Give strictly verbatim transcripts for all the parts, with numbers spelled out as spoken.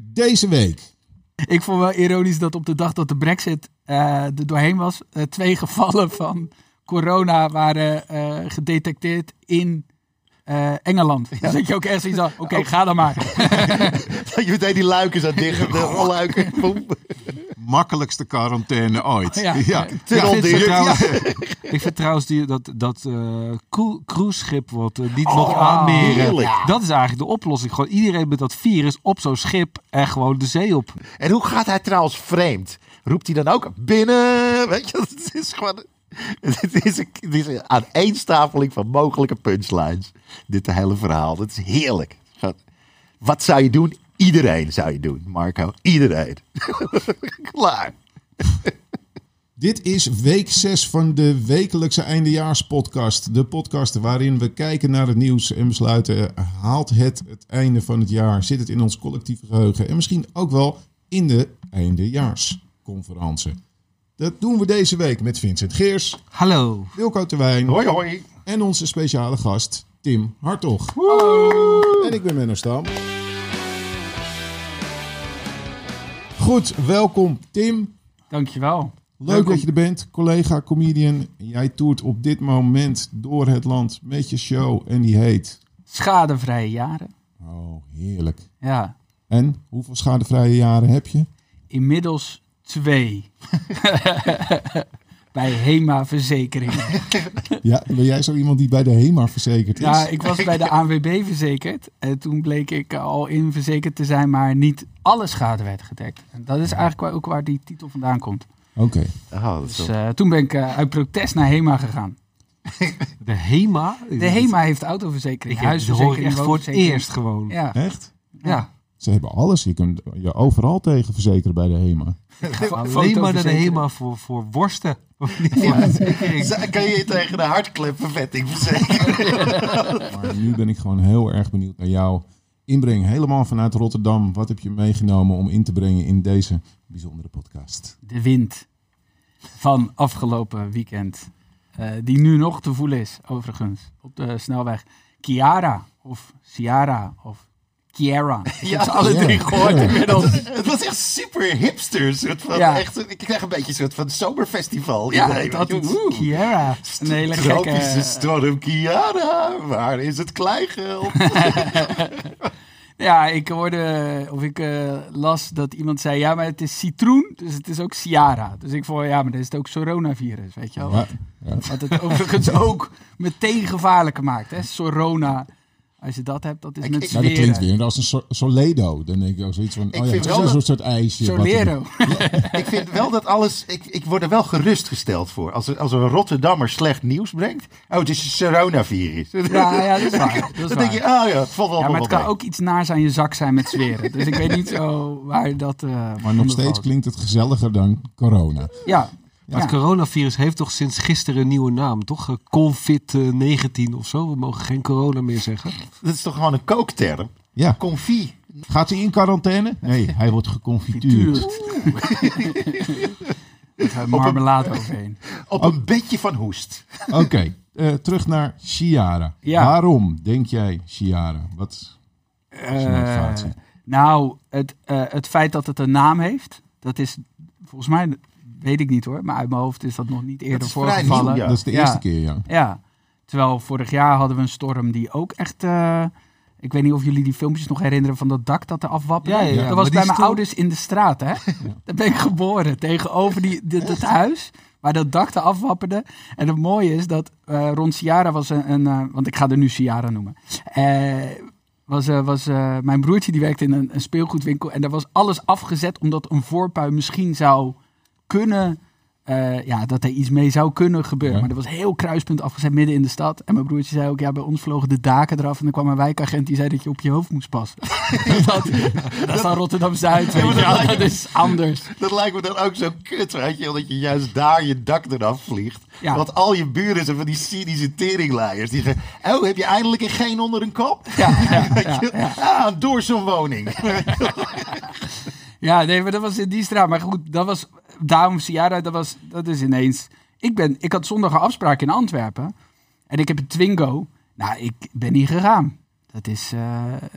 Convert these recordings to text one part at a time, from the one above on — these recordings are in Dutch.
deze week. Ik vond wel ironisch dat op de dag dat de Brexit uh, er doorheen was, uh, twee gevallen van corona waren uh, gedetecteerd in uh, Engeland. Ja. Dus dat je ook echt zoiets had, oké, okay, ga dan maar. Dat je meteen die luiken zo dicht, de rolluiken. Makkelijkste quarantaine ooit. Ja. Ja. Ja. Ik vind trouwens, ik vind trouwens die, dat, dat uh, cruiseschip wat uh, niet oh, nog aanmeren. Ja. Dat is eigenlijk de oplossing. Gewoon iedereen met dat virus op zo'n schip en gewoon de zee op. En hoe gaat hij trouwens vreemd? Roept hij dan ook binnen? Weet je, het is gewoon... Het is, een, het is een aaneenstapeling van mogelijke punchlines. Dit hele verhaal. Dat is heerlijk. Wat zou je doen? Iedereen zou je doen, Marco. Iedereen. Klaar. Dit is week zes van de wekelijkse eindejaarspodcast. De podcast waarin we kijken naar het nieuws en besluiten... haalt het het einde van het jaar? Zit het in ons collectieve geheugen? En misschien ook wel in de eindejaarsconferentie. Dat doen we deze week met Vincent Geers. Hallo. Wilco Terwijn. Hoi hoi. En onze speciale gast Tim Hartog. Woe! En ik ben Menno Stam. Goed, welkom Tim. Dankjewel. Leuk welkom. dat je er bent, collega, comedian. Jij toert op dit moment door het land met je show en die heet... Schadevrije jaren. Oh, heerlijk. Ja. En hoeveel schadevrije jaren heb je? Inmiddels twee. Bij HEMA Verzekeringen. Ja, ben jij zo iemand die bij de HEMA verzekerd is? Ja, ik was bij de A N W B verzekerd. En toen bleek ik al in verzekerd te zijn, maar niet alle schade werd gedekt. En dat is eigenlijk ook waar die titel vandaan komt. Oké. Okay. Oh, dus uh, toen ben ik uh, uit protest naar HEMA gegaan. De HEMA? De HEMA heeft autoverzekering, ik huisverzekering. hoor echt voor het eerst gewoon. Ja. Echt? Ja. ja. Ze hebben alles. Je kunt je overal tegen verzekeren bij de HEMA. Alleen maar naar de HEMA voor, voor worsten. Ja, kan je je tegen de hartklepvervetting verzekeren? Maar nu ben ik gewoon heel erg benieuwd naar jouw inbreng. Helemaal vanuit Rotterdam. Wat heb je meegenomen om in te brengen in deze bijzondere podcast? De wind van afgelopen weekend. Uh, die nu nog te voelen is, overigens. Op de snelweg. Chiara of Ciara of... Chiara. Ik ja, heb ze alle ja, drie gehoord ja. inmiddels. Het, het was echt super hipster. Soort van, ja. echt, ik krijg een beetje een soort van zomerfestival. Ja, idee, dat is Chiara. Een hele tropische gekke... storm Chiara. Waar is het kleingeld? Ja, ik hoorde, of ik uh, las dat iemand zei, ja, maar het is citroen, dus het is ook Ciara. Dus ik vond, ja, maar dan is het ook coronavirus, weet je wel. Ja, ja. Wat het overigens ook meteen gevaarlijker maakt, hè. Sorona, als je dat hebt, dat is ik, met ik, zweren. Nou, dat klinkt weer als een so- Soledo. Dan denk ik ook zoiets van, ik oh ja, het is wel een dat... soort ijsje. Solero. Ja, ik vind wel dat alles, ik, ik word er wel gerustgesteld voor. Als, er, als een Rotterdammer slecht nieuws brengt, oh, het is een coronavirus. Ja, ja, dat is waar. Dat is dan waar. denk je, oh ja, het valt wel Ja, maar het kan mee. ook iets naars aan je zak zijn met zweren. Dus ik weet niet zo waar dat... Uh, maar nog steeds klinkt het gezelliger dan corona. Ja. Ja, het ja. coronavirus heeft toch sinds gisteren een nieuwe naam, toch? covid negentien of zo. We mogen geen corona meer zeggen. Dat is toch gewoon een kookterm? Ja. Confit. Gaat hij in quarantaine? Nee, hij wordt geconfituurd. Er gaat marmelade overheen. Op een bedje van hoest. Oké, okay, uh, terug naar Ciara. Ja. Waarom denk jij Ciara? Wat is je motivatie? Uh, nou, het, uh, het feit dat het een naam heeft, dat is volgens mij... Weet ik niet hoor, maar uit mijn hoofd is dat nog niet eerder voorgevallen. Nieuw, ja. Dat is de ja. eerste keer, ja. Ja, terwijl vorig jaar hadden we een storm die ook echt... Uh, ik weet niet of jullie die filmpjes nog herinneren van dat dak dat er afwapperde. Ja, ja, ja. Dat was bij mijn stoel... ouders in de straat, hè. Ja. Daar ben ik geboren, tegenover die, dit, het huis waar dat dak er afwapperde. En het mooie is dat uh, rond Ciara was een... een uh, want ik ga er nu Ciara noemen. Uh, was, uh, was uh, mijn broertje, die werkte in een, een speelgoedwinkel. En daar was alles afgezet omdat een voorpui misschien zou... kunnen, uh, ja, dat er iets mee zou kunnen gebeuren. Ja. Maar er was heel kruispunt afgezet midden in de stad. En mijn broertje zei ook, ja, bij ons vlogen de daken eraf. En dan kwam een wijkagent die zei dat je op je hoofd moest passen. dat, dat is dan Rotterdam-Zuid, weet je wel. Dat is anders. Dat lijkt me dan ook zo kut, weet je, dat je juist daar je dak eraf vliegt. Ja. Want al je buren zijn van die cynische teringleiers. Die zeggen, oh, heb je eindelijk een geen onder een kop? Ja, ja, ja, ja. Ah, door zo'n woning. Ja, nee, maar dat was in die straat. Maar goed, dat was... Daarom Ciara, dat was... Dat is ineens... Ik, ben, ik had zondag een afspraak in Antwerpen. En ik heb een Twingo. Nou, ik ben niet gegaan. Dat is... Uh,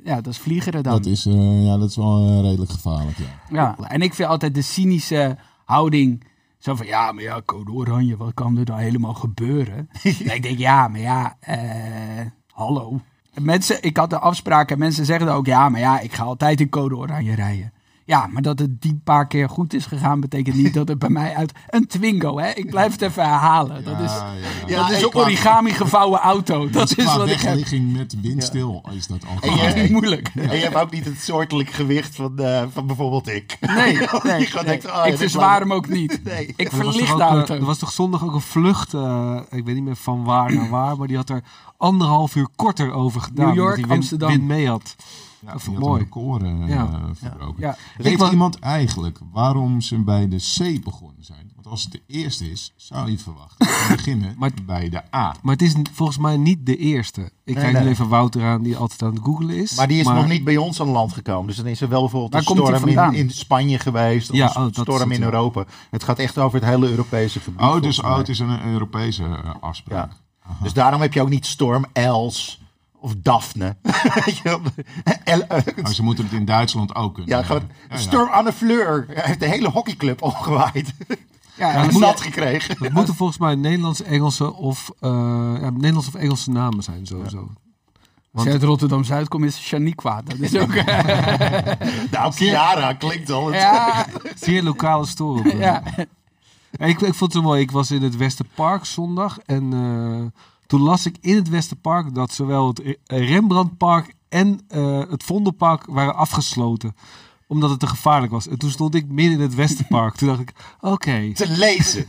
ja, dat is vliegeren dan. Dat is, uh, ja, dat is wel uh, redelijk gevaarlijk, ja. Ja, en ik vind altijd de cynische houding... Zo van, ja, maar ja, code oranje, wat kan er dan helemaal gebeuren? En ik denk, ja, maar ja, uh, hallo. Mensen, ik had de afspraak en mensen zeggen dan ook... ja, maar ja, ik ga altijd in code oranje rijden. Ja, maar dat het die paar keer goed is gegaan... betekent niet dat het bij mij uit... Een Twingo, hè? Ik blijf het even herhalen. Dat is, ja, ja, ja. dat is Ja, een origami gevouwen auto. Dat is qua wat ik heb. wegligging met windstil ja. is dat al En je- Niet moeilijk. En je hebt ook niet het soortelijk gewicht van, uh, van bijvoorbeeld ik. Nee, nee, Je gewoon nee. denkt, oh, ja, ik dit verzwaar laat- hem ook niet. Nee. Ik Er was, verlicht toch de ook, eh, auto. er was toch zondag ook een vlucht, uh, ik weet niet meer van waar naar waar, maar die had er anderhalf uur korter over gedaan. New York, omdat die wind, Amsterdam. wind mee had. Ja, Dat die vond had ik een mooi. record uh, Ja. verbroken. Ja. Weet Ik wa- iemand eigenlijk waarom ze bij de C begonnen zijn? Want als het de eerste is, zou je verwachten. We beginnen Maar- bij de A. Maar het is n- volgens mij niet de eerste. Ik Nee, kijk nee. nu even Wouter aan, die altijd aan het googlen is. Maar die is nog niet bij ons aan land gekomen. Dus dan is er wel bijvoorbeeld Waar een komt die storm in, vandaan? in Spanje geweest. Of Ja, een oh, dat is storm het, in ja. Europa. Het gaat echt over het hele Europese gebied. Oh, volgens dus mij. oh, het is een Europese uh, afspraak. Ja. Dus daarom heb je ook niet storm Els of Daphne. Weet je wel? El- eh, Maar ze moeten het in Duitsland ook kunnen. ja, gewoon ja, ja. storm Anne Fleur. Hij heeft de hele hockeyclub omgewaaid. Ja, Hij en heeft moet- nat gekregen. Het moeten volgens mij Nederlandse, Engelse of, uh, ja, Nederlandse of Engelse namen zijn sowieso. Als je uit Rotterdam-Zuid komt, is Shaniqua. Dat is ook... Nou, Chiara klinkt al. Het. ja, Zeer lokale storm. ja. Ik, ik vond het zo mooi. Ik was in het Westerpark zondag. En uh, toen las ik in het Westerpark dat zowel het Rembrandtpark en uh, het Vondelpark waren afgesloten. Omdat het te gevaarlijk was. En toen stond ik midden in het Westerpark. Toen dacht ik, oké. Okay. Te lezen.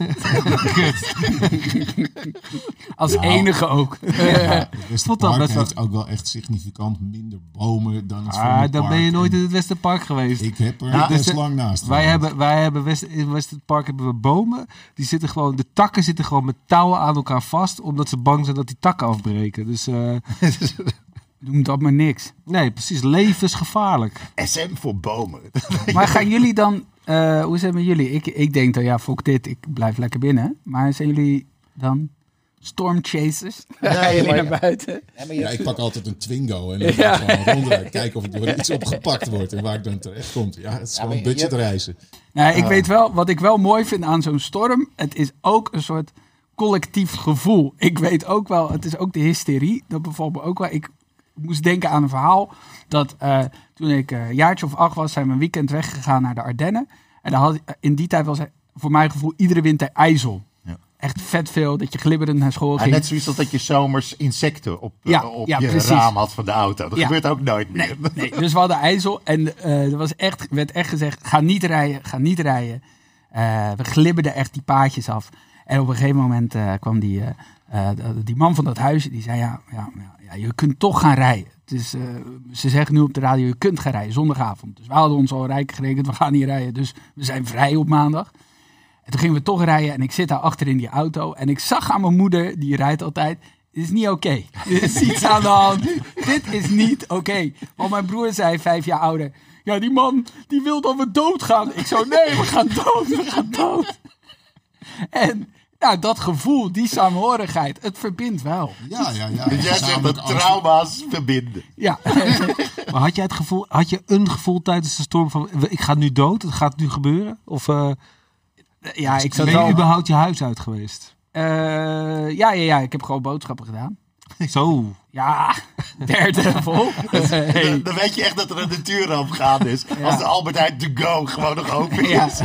Als Nou. enige ook. Het Vond dat Westerpark best wel- heeft ook wel echt significant minder bomen dan het Ah, Vondelpark. dan ben je nooit En in het Westerpark geweest. Ik heb er Ja, best dus, lang naast. Wij gewoond. hebben, wij hebben West, in Westerpark hebben we bomen. Die zitten gewoon, de takken zitten gewoon met touwen aan elkaar vast. Omdat ze bang zijn dat die takken afbreken. Dus uh, Doe dat maar niks. nee, precies. Levensgevaarlijk. S M voor bomen. Maar gaan jullie dan... Uh, hoe is het met jullie? Ik, ik denk dan, ja, fuck dit. Ik blijf lekker binnen. Maar zijn jullie dan stormchasers? Nee, Gaan jullie maar- naar buiten? Ja, ik pak altijd een Twingo en dan Ja. ga ik gewoon rondrijden. Kijken of er door iets opgepakt wordt en waar ik dan terecht kom. Ja, het is Ja, gewoon maar je- budgetreizen. Nou, ik weet wel, wat ik wel mooi vind aan zo'n storm, het is ook een soort collectief gevoel. Ik weet ook wel, het is ook de hysterie. Dat bijvoorbeeld ook wel, ik moest denken aan een verhaal dat uh, toen ik uh, een jaartje of acht was, zijn we een weekend weggegaan naar de Ardennen. En dan had, in die tijd was er voor mijn gevoel iedere winter ijzel. Ja. Echt vet veel, dat je glibberend naar school Ja, ging. net zoiets als dat je zomers insecten op, Ja, uh, op ja, je precies. raam had van de auto. Dat Ja. gebeurt ook nooit Nee, meer. nee, dus we hadden ijzel en uh, er was echt, werd echt gezegd, ga niet rijden, ga niet rijden. Uh, we glibberden echt die paadjes af. En op een gegeven moment uh, kwam die, uh, uh, die man van dat huis, die zei, ja, ja, ja, je kunt toch gaan rijden. Dus, uh, ze zeggen nu op de radio, je kunt gaan rijden, zondagavond. Dus we hadden ons al rijk gerekend, we gaan niet rijden. Dus we zijn vrij op maandag. En toen gingen we toch rijden en ik zit daar achter in die auto. En ik zag aan mijn moeder, die rijdt altijd, dit is niet oké. Okay. Er is iets aan de hand. Dit is niet oké. Okay. Want mijn broer zei, vijf jaar ouder, ja, die man, die wil dat we doodgaan. Ik zo, nee, we gaan dood, we gaan dood. En nou, dat gevoel, die saamhorigheid, het verbindt wel. Ja, ja, ja. Dus jij zegt Gezamenlijk dat angst- trauma's verbinden. Ja. Maar had jij het gevoel, had je een gevoel tijdens de storm van, ik ga nu dood, het gaat nu gebeuren? Of uh, Ja, ik zat ben je wel... überhaupt je huis uit geweest? Uh, ja, ja, ja, ik heb gewoon boodschappen gedaan. Zo. Ja, derde vol. Hey. Dan, dan weet je echt dat er een natuurramp gaande is. Ja. Als de Albert Heijn to go gewoon nog open is. Ja.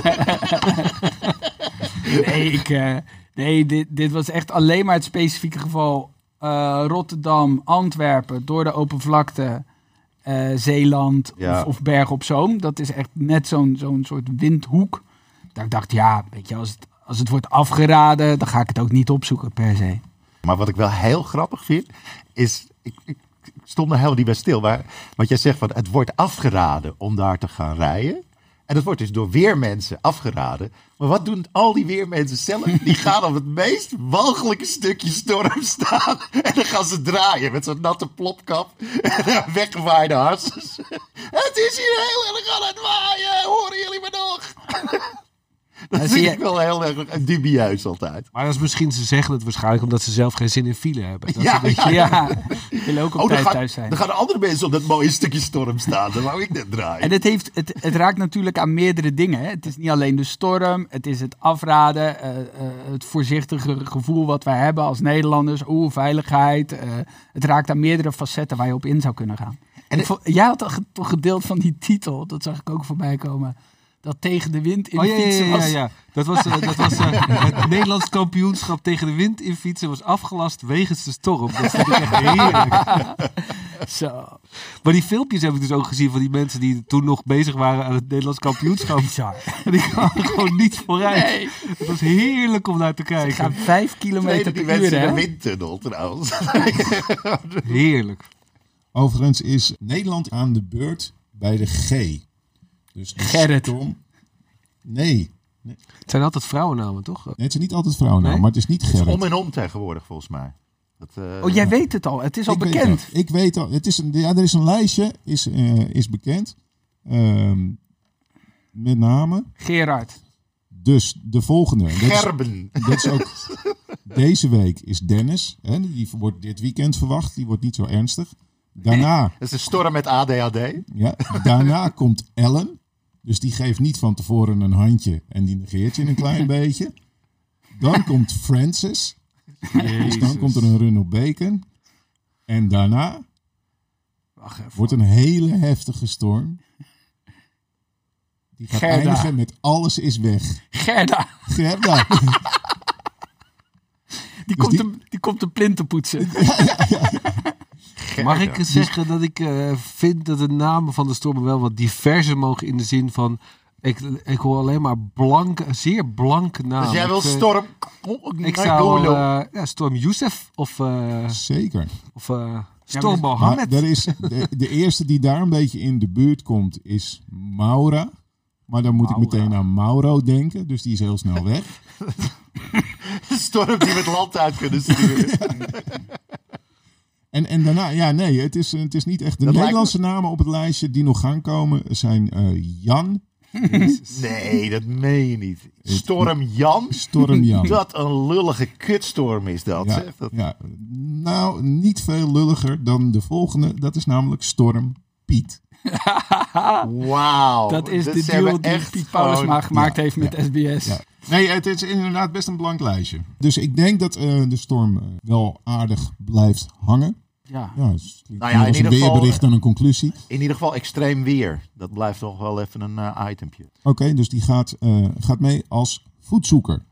Nee, ik, uh, nee dit, dit was echt alleen maar het specifieke geval. Uh, Rotterdam, Antwerpen, door de open vlakte, uh, Zeeland Ja. of, of Bergen op Zoom. Dat is echt net zo'n zo'n soort windhoek. Dat ik dacht, ja, weet je, als het, als het wordt afgeraden, dan ga ik het ook niet opzoeken per se. Maar wat ik wel heel grappig vind, is... Ik, ik, ik stond er helemaal niet bij stil. Maar wat jij zegt, van, het wordt afgeraden om daar te gaan rijden. En dat wordt dus door weermensen afgeraden. Maar wat doen al die weermensen zelf? Die gaan op het meest walgelijke stukje storm staan. En dan gaan ze draaien met zo'n natte plopkap. En weggewaaide harses. Het is hier heel erg aan het waaien. Horen jullie me nog? Dat vind ik wel heel erg dubieus altijd. Maar dat is misschien, ze zeggen het waarschijnlijk omdat ze zelf geen zin in file hebben. Dat Ja, is een beetje- Ja, ik wil ook op Oh, dan, tijd gaan- thuis zijn. dan gaan de andere mensen op dat mooie stukje storm staan. Dan wou ik net draaien. En het, heeft, het, het raakt natuurlijk aan meerdere dingen. Hè. Het is niet alleen de storm, het is het afraden, uh, uh, het voorzichtige gevoel wat wij hebben als Nederlanders. Oeh, veiligheid. Uh, het raakt aan meerdere facetten waar je op in zou kunnen gaan. En ik vond, jij had toch- toch gedeeld van die titel, dat zag ik ook voorbij komen. Dat tegen de wind in Oh ja, ja, fietsen ja, ja, was. ja. Dat was, uh, dat was uh, het Nederlands kampioenschap tegen de wind in fietsen was afgelast wegens de storm. Dat vond ik echt heerlijk. Zo. Maar die filmpjes heb ik dus ook gezien van die mensen die toen nog bezig waren aan het Nederlands kampioenschap. Bizar. En die kwamen gewoon niet vooruit. Nee. Het was heerlijk om naar te Ze gaan kijken. vijf kilometer die per mensen uur, in de hè? windtunnel trouwens. Heerlijk. Overigens is Nederland aan de beurt bij de G. Dus de Gerrit. storm- Nee. nee. Het zijn altijd vrouwennamen, toch? Nee, het is niet altijd vrouwennaam, Nee? maar het is niet Het is Gerrit. om en om tegenwoordig volgens mij. Dat, eh, Oh, jij weet het al. Het is al Ik weet bekend. dat. Ik weet al. Het is een, ja, er is een lijstje, is, eh, is bekend. Ehm, met name. Gerard. Dus de volgende. Dat is, Gerben. dat is ook, deze week is Dennis. Hè, die wordt dit weekend verwacht. Die wordt niet zo ernstig. Daarna, Dat is een storm met A D H D. ja, daarna komt Ellen. Dus die geeft niet van tevoren een handje en die negeert je een klein beetje. Dan komt Francis. Dus dan komt er een run op bacon. En daarna Wacht even. wordt een hele heftige storm. Die gaat Gerda. eindigen met alles is weg. Gerda. Gerda. Die, Dus komt die- Een, die komt een plint te poetsen. Mag ik zeggen dat ik uh, vind dat de namen van de stormen wel wat diverser mogen in de zin van... Ik, ik hoor alleen maar blanke, zeer blanke namen. Dus jij wil Ik, uh, storm... Ik zou uh, ja, Storm Youssef of, uh, Zeker. of uh, Storm Ja, maar- Mohammed. Maar er is, de, de eerste die daar een beetje in de buurt komt is Maura. Maar dan moet Maura. ik meteen aan Mauro denken. Dus die is heel snel weg. storm die we het land uit kunnen sturen. En, en daarna, ja nee, het is, het is niet echt. De Dat Nederlandse namen op het lijstje die nog gaan komen zijn uh, Jan, Nee, dat meen je niet. Storm Jan? Storm Jan. Wat een lullige kutstorm is dat. Ja, zeg. dat ja, nou, niet veel lulliger dan de volgende. Dat is namelijk Storm Piet. Wauw. Dat is Dat de zijn we deal die echt Piet Paulusma gewoon- gemaakt ja, heeft met ja, S B S. Ja. Nee, het is inderdaad best een blank lijstje. Dus ik denk dat uh, de storm uh, wel aardig blijft hangen. Ja. Ja, het is Nou ja, meer in als een ieder geval- weerbericht dan een conclusie. In ieder geval extreem weer. Dat blijft nog wel even een uh, itempje. Oké, okay, dus die gaat, uh, gaat mee als voetzoeker.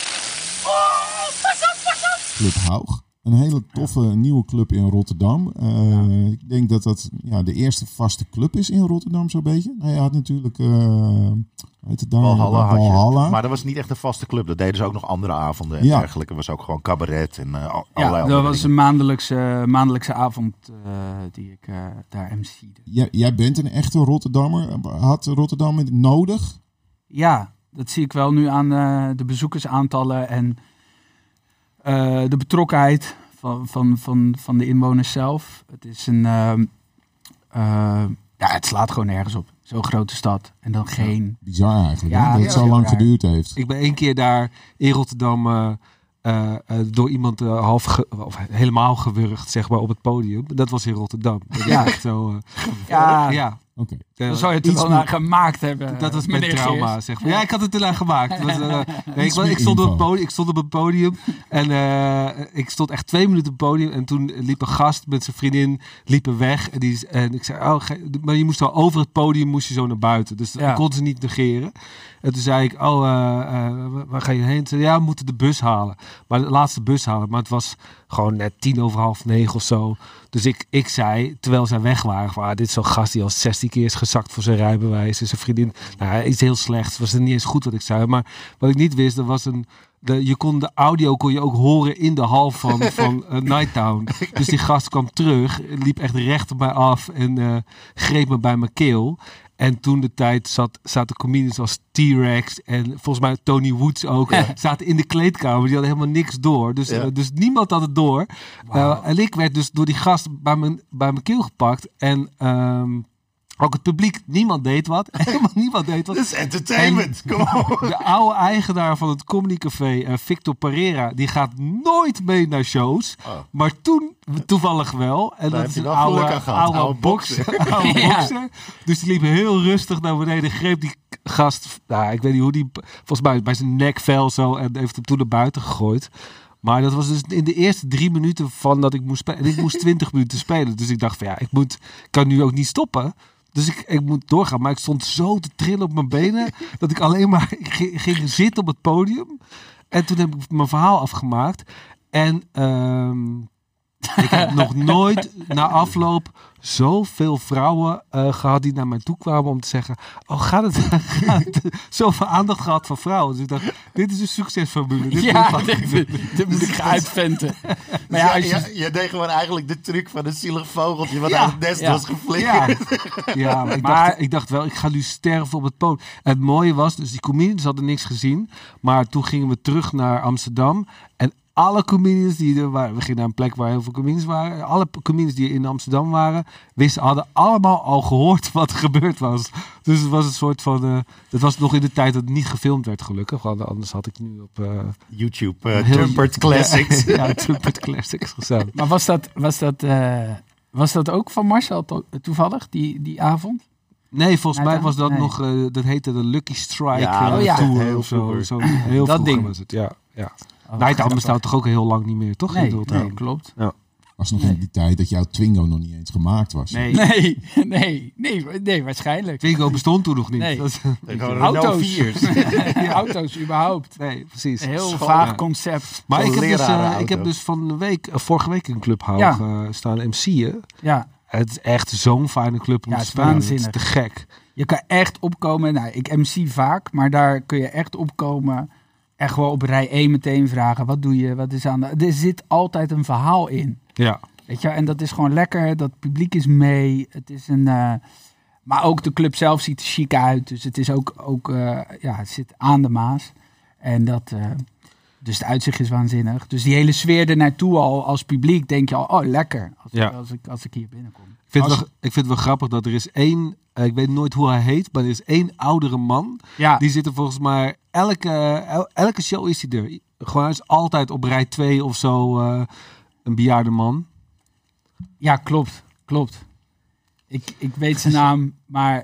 Club Haug. Een hele toffe nieuwe club in Rotterdam. Uh, ja. Ik denk dat dat ja, de eerste vaste club is in Rotterdam zo'n beetje. Nou, je had natuurlijk uh, heet het daar, Valhalla, had je. Valhalla. Maar dat was niet echt een vaste club. Dat deden ze ook nog andere avonden en Ja. dergelijke. Dat was ook gewoon cabaret en uh, allerlei Ja, andere dat was dingen. een maandelijkse, maandelijkse avond uh, die ik uh, daar M C'de. Ja, jij bent een echte Rotterdammer. Had Rotterdam het nodig? Ja, dat zie ik wel nu aan uh, de bezoekersaantallen en uh, de betrokkenheid van, van, van, van de inwoners zelf. Het is een... Uh, uh, ja, het slaat gewoon nergens op. Zo'n grote stad. En dan geen... Bizar eigenlijk, Ja, hè? Dat ja, het zo heel lang raar. geduurd heeft. Ik ben één keer daar in Rotterdam uh, uh, uh, door iemand uh, half ge- of helemaal gewurgd, zeg maar, op het podium. Dat was in Rotterdam. Dat Ja. is echt zo, uh, Ja, ja. Oké. Uh, dan zou je het er iets wel meer- naar gemaakt hebben. Dat was mijn meneer trauma, Geers. zeg maar. Ja, ik had het ernaar gemaakt. Het was, uh, nee, ik, meer ik, stond op het info. podium, ik stond op het podium en uh, ik stond echt twee minuten op het podium. En toen liep een gast met zijn vriendin liepen weg. En, die, en ik zei, oh, ge- maar je moest wel over het podium moest je zo naar buiten. Dus Ja. ik kon ze niet negeren. En toen zei ik, oh, uh, uh, waar ga je heen? Ze zei, ja, we moeten de bus halen. Maar de laatste bus halen. Maar het was gewoon net tien over half negen of zo. Dus ik, ik zei, terwijl zij weg waren, van, ah, dit is zo'n gast die al zestien keer is gezakt voor zijn rijbewijs. En zijn vriendin, nou, iets heel slechts. Het was niet eens goed wat ik zei. Maar wat ik niet wist, er was een... De, je kon de audio kon je ook horen in de hal van, van uh, Nighttown. Dus die gast kwam terug, liep echt recht op mij af en uh, greep me bij mijn keel. En toen de tijd zat, zaten comedians als T-Rex en volgens mij Tony Woods ook. Ja. Zaten in de kleedkamer. Die hadden helemaal niks door. Dus, Ja. uh, dus niemand had het door. Wauw. Uh, en ik werd dus door die gast bij mijn, bij mijn keel gepakt. En um, Ook het publiek, niemand deed wat. Helemaal niemand deed wat. Dat is entertainment, kom op. De oude eigenaar van het Comedy Café, uh, Victor Pereira, die gaat nooit mee naar shows. Oh. Maar toen toevallig wel. En Daar dat is heb een je wel geluk oude, aan gehad. oude, Oude bokser. bokser. oude Ja. bokser. Dus die liep heel rustig naar beneden. Greep die gast, nou, ik weet niet hoe die, volgens mij bij zijn nekvel zo. En heeft hem toen naar buiten gegooid. Maar dat was dus in de eerste drie minuten van dat ik moest spelen. En ik moest twintig minuten spelen. Dus ik dacht van ja, ik moet, kan nu ook niet stoppen. Dus ik, ik moet doorgaan. Maar ik stond zo te trillen op mijn benen. Dat ik alleen maar ging, ging zitten op het podium. En toen heb ik mijn verhaal afgemaakt. En um, ik heb nog nooit na afloop zoveel vrouwen uh, gehad die naar mij toe kwamen om te zeggen: oh, gaat het, gaat het zoveel aandacht gehad van vrouwen? Dus ik dacht, dit is een succesformule. Dit Ja, moet ik dit, dit moet ik uitventen. Maar ja, als je... je, je deed gewoon eigenlijk de truc van een zielig vogeltje wat Ja, uit het nest ja, was geflikkerd. Ja, ja maar, ik, Maar- dacht, ik dacht wel, ik ga nu sterven op het podium. En het mooie was, dus die comedians hadden niks gezien. Maar toen gingen we terug naar Amsterdam. En alle comedians die er waren, we gingen naar een plek waar heel veel comedians waren. Alle comedians die in Amsterdam waren, wisten, hadden allemaal al gehoord wat er gebeurd was. Dus het was een soort van, uh, het was nog in de tijd dat het niet gefilmd werd gelukkig. Want anders had ik nu op uh, YouTube, uh, heel- Tumpert Classics. ja, Tumpert Classics gestaan. Maar was dat, was, dat, uh, was dat ook van Marcel to- toevallig, die, die avond? Nee, volgens Nee, mij was dat nee. nog, uh, dat heette de Lucky Strike Ja, uh, oh ja. Tour Heel of zo. vroeger. zo heel Dat vroeger ding. was het, ja. ja. Oh, Night Out grappig. bestaat toch ook heel lang niet meer, toch? Nee, In Ultra? nee, klopt. Was nog Nee. in die tijd dat jouw Twingo nog niet eens gemaakt was. Nee, Nee, nee, nee, nee, waarschijnlijk. Twingo bestond toen nog niet. Nee. Dat is- Auto's. viers. Auto's überhaupt. nee, precies. Een heel School, vaag ja. concept. Maar ik heb, dus, uh, lerarenauto. ik heb dus van de week, uh, vorige week in Club Haug Ja. uh, staan M C'en. Ja, Het is echt zo'n fijne club om Ja, te het is spelen. waanzinnig. Het is te gek. je kan echt opkomen. Nou, ik M C vaak, maar daar kun je echt opkomen. Echt wel op rij één meteen vragen. Wat doe je? Wat is aan de... Er zit altijd een verhaal in. Ja. Weet je, en dat is gewoon lekker. Dat publiek is mee. Het is een... Uh, maar ook de club zelf ziet er chic uit. Dus het is ook... ook uh, ja, het zit aan de Maas. En dat... Uh, dus het uitzicht is waanzinnig. Dus die hele sfeer er naartoe al als publiek denk je al... Oh, lekker. Als, Ja. ik, als, ik, als ik hier binnenkom. Ik vind, het Als- wel, ik vind het wel grappig dat er is één, uh, ik weet nooit hoe hij heet, maar er is één oudere man. Ja, Die zit er volgens mij, elke, el- elke show is hij er. Gewoon hij is altijd op rij twee of zo uh, een bejaarde man. ja klopt. Klopt. Ik, ik weet zijn naam, maar...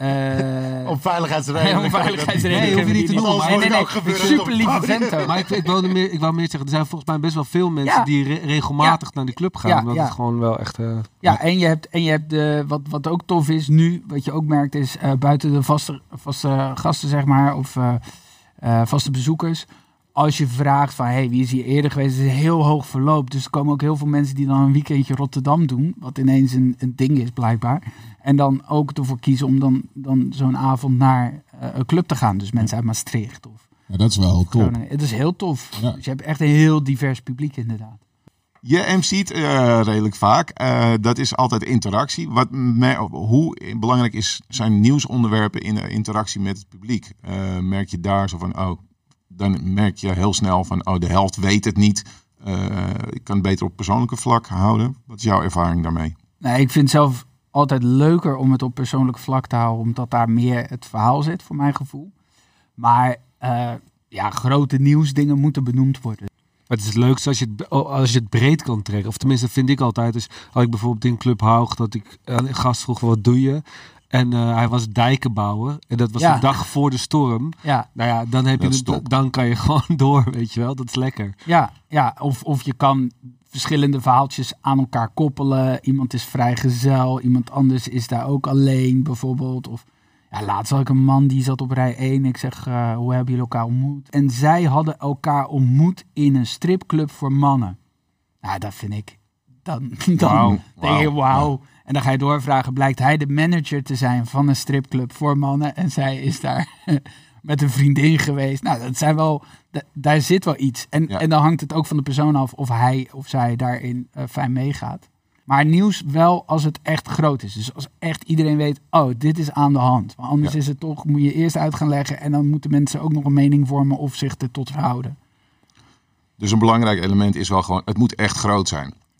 Uh, Om veiligheidsredenen. Om veiligheidsredenen. Nee, hoef je niet te noemen, maar- Nee, nee, nee. ook gebeuren Super op lieve het podium. vent ook. Maar ik, ik, wilde meer, ik wou meer zeggen, er zijn volgens mij best wel veel mensen Ja. die re- regelmatig naar die club gaan. Ja, omdat ja. het gewoon wel echt... Uh, Ja, en je hebt, en je hebt de, wat, wat ook tof is nu, wat je ook merkt, is uh, buiten de vaste, vaste gasten, zeg maar, of uh, uh, vaste bezoekers. Als je vraagt van, hey, wie is hier eerder geweest, is het heel hoog verloop. Dus er komen ook heel veel mensen die dan een weekendje Rotterdam doen, wat ineens een, een ding is blijkbaar. En dan ook ervoor kiezen om dan, dan zo'n avond naar uh, een club te gaan. Dus mensen uit Maastricht of Ja, dat is wel top. Groningen. Het is heel tof. Ja. Dus je hebt echt een heel divers publiek inderdaad. Je M C't uh, redelijk vaak. Uh, dat is altijd interactie. Wat me- hoe belangrijk is, zijn nieuwsonderwerpen in de interactie met het publiek? Uh, merk je daar zo van, oh, dan merk je heel snel van, oh, de helft weet het niet. Uh, ik kan het beter op persoonlijke vlak houden. Wat is jouw ervaring daarmee? Nee, ik vind zelf altijd leuker om het op persoonlijk vlak te houden, omdat daar meer het verhaal zit, voor mijn gevoel. Maar uh, ja, grote nieuwsdingen moeten benoemd worden. Maar het is het leukste als je het, als je het breed kan trekken. Of tenminste, vind ik altijd. Dus had ik bijvoorbeeld in Club Haug dat ik aan een gast vroeg, wat doe je? En uh, hij was dijkenbouwer. En dat was Ja. de dag voor de storm. Ja, Nou ja, dan, heb je Dat is het, top. dan kan je gewoon door, weet je wel. Dat is lekker. ja, ja. Of, of je kan verschillende verhaaltjes aan elkaar koppelen. Iemand is vrijgezel, iemand anders is daar ook alleen bijvoorbeeld. Of ja, laatst had ik een man die zat op rij één. Ik zeg, uh, hoe hebben jullie elkaar ontmoet? En zij hadden elkaar ontmoet in een stripclub voor mannen. Nou, dat vind ik... Dan, dan Wauw, denk je, wauw, wauw. En dan ga je doorvragen, blijkt hij de manager te zijn van een stripclub voor mannen. En zij is daar met een vriendin geweest. Nou, dat zijn wel, d- daar zit wel iets. En, Ja. en dan hangt het ook van de persoon af of hij of zij daarin uh, fijn meegaat. Maar nieuws wel als het echt groot is. Dus als echt iedereen weet, oh, dit is aan de hand. Want anders Ja. is het toch, moet je eerst uit gaan leggen. En dan moeten mensen ook nog een mening vormen of zich er tot verhouden. Dus een belangrijk element is wel gewoon, het moet echt groot zijn.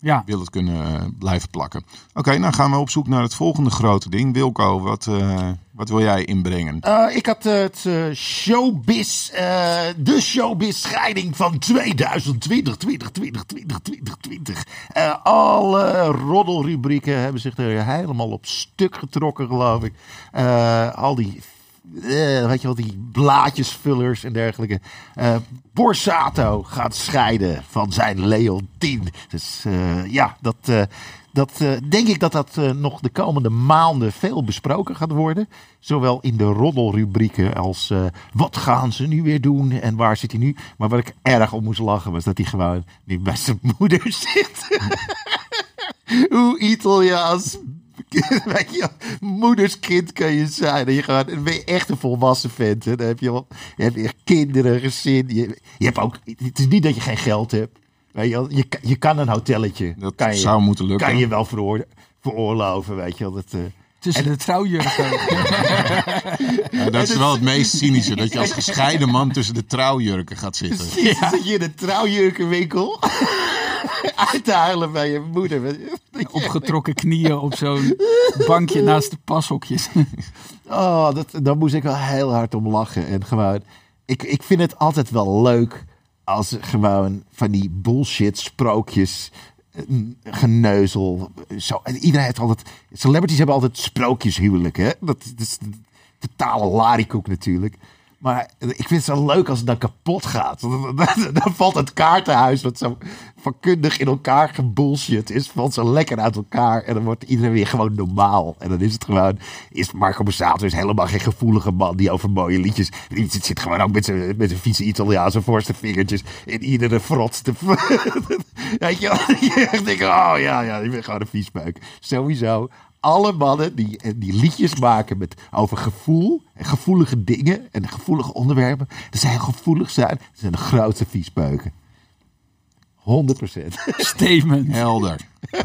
Ja. Wil het kunnen uh, blijven plakken. Oké, okay, nou gaan we op zoek naar het volgende grote ding. Wilco, wat, uh, wat wil jij inbrengen? Uh, ik had uh, het uh, showbiz, uh, de showbiz scheiding van tweeduizend twintig, twintig twintig, twintig twintig, twintig. Uh, alle roddelrubrieken hebben zich er helemaal op stuk getrokken, geloof ik. Uh, al die... Uh, weet je wel, die blaadjesvullers en dergelijke. Uh, Borsato gaat scheiden van zijn Leontien. Dus uh, ja, dat, uh, dat uh, denk ik dat dat uh, nog de komende maanden veel besproken gaat worden. Zowel in de roddelrubrieken als uh, wat gaan ze nu weer doen en waar zit hij nu. Maar wat ik erg om moest lachen was dat hij gewoon nu bij zijn moeder zit. Hoe Italiaans. Weet je, moederskind kan je zijn. En je gewoon, dan ben je echt een volwassen vent. Hè. Dan heb je, wel, je hebt echt kinderen, gezin. Je, je hebt ook, het is niet dat je geen geld hebt. Weet je, je, je kan een hotelletje. Dat kan je, zou moeten lukken. Kan je wel veroor, veroorloven, weet je wel. Dat, uh, Tussen en, de trouwjurken. Ja, dat is wel het meest cynische. Dat je als gescheiden man tussen de trouwjurken gaat zitten. Precies, ja. Zit je in de trouwjurkenwinkel. Uit te huilen bij je moeder. Opgetrokken knieën op zo'n bankje naast de pashokjes. Oh, dat, daar moest ik wel heel hard om lachen. En gewoon, ik, ik vind het altijd wel leuk als gewoon van die bullshit sprookjes, geneuzel. Zo. En iedereen heeft altijd, celebrities hebben altijd sprookjeshuwelijk. Hè? Dat, dat is een totale lariekoek natuurlijk. Maar ik vind het zo leuk als het dan kapot gaat. Dan, dan, dan valt het kaartenhuis, wat zo vakkundig in elkaar gebullshit is, valt zo lekker uit elkaar. En dan wordt iedereen weer gewoon normaal. En dan is het gewoon, is Marco Borsato is helemaal geen gevoelige man die over mooie liedjes. Die zit, zit gewoon ook met zijn, met zijn vieze Italiaanse voorste vingertjes in iedere frot. Te, weet je wel? Je echt denkt, oh ja, ja, ik ben gewoon een viespeuk. Sowieso. Alle mannen die, die liedjes maken met, over gevoel en gevoelige dingen en gevoelige onderwerpen, dat zij gevoelig zijn, dat zijn de grootste viespeuken. honderd procent. Statement. Helder.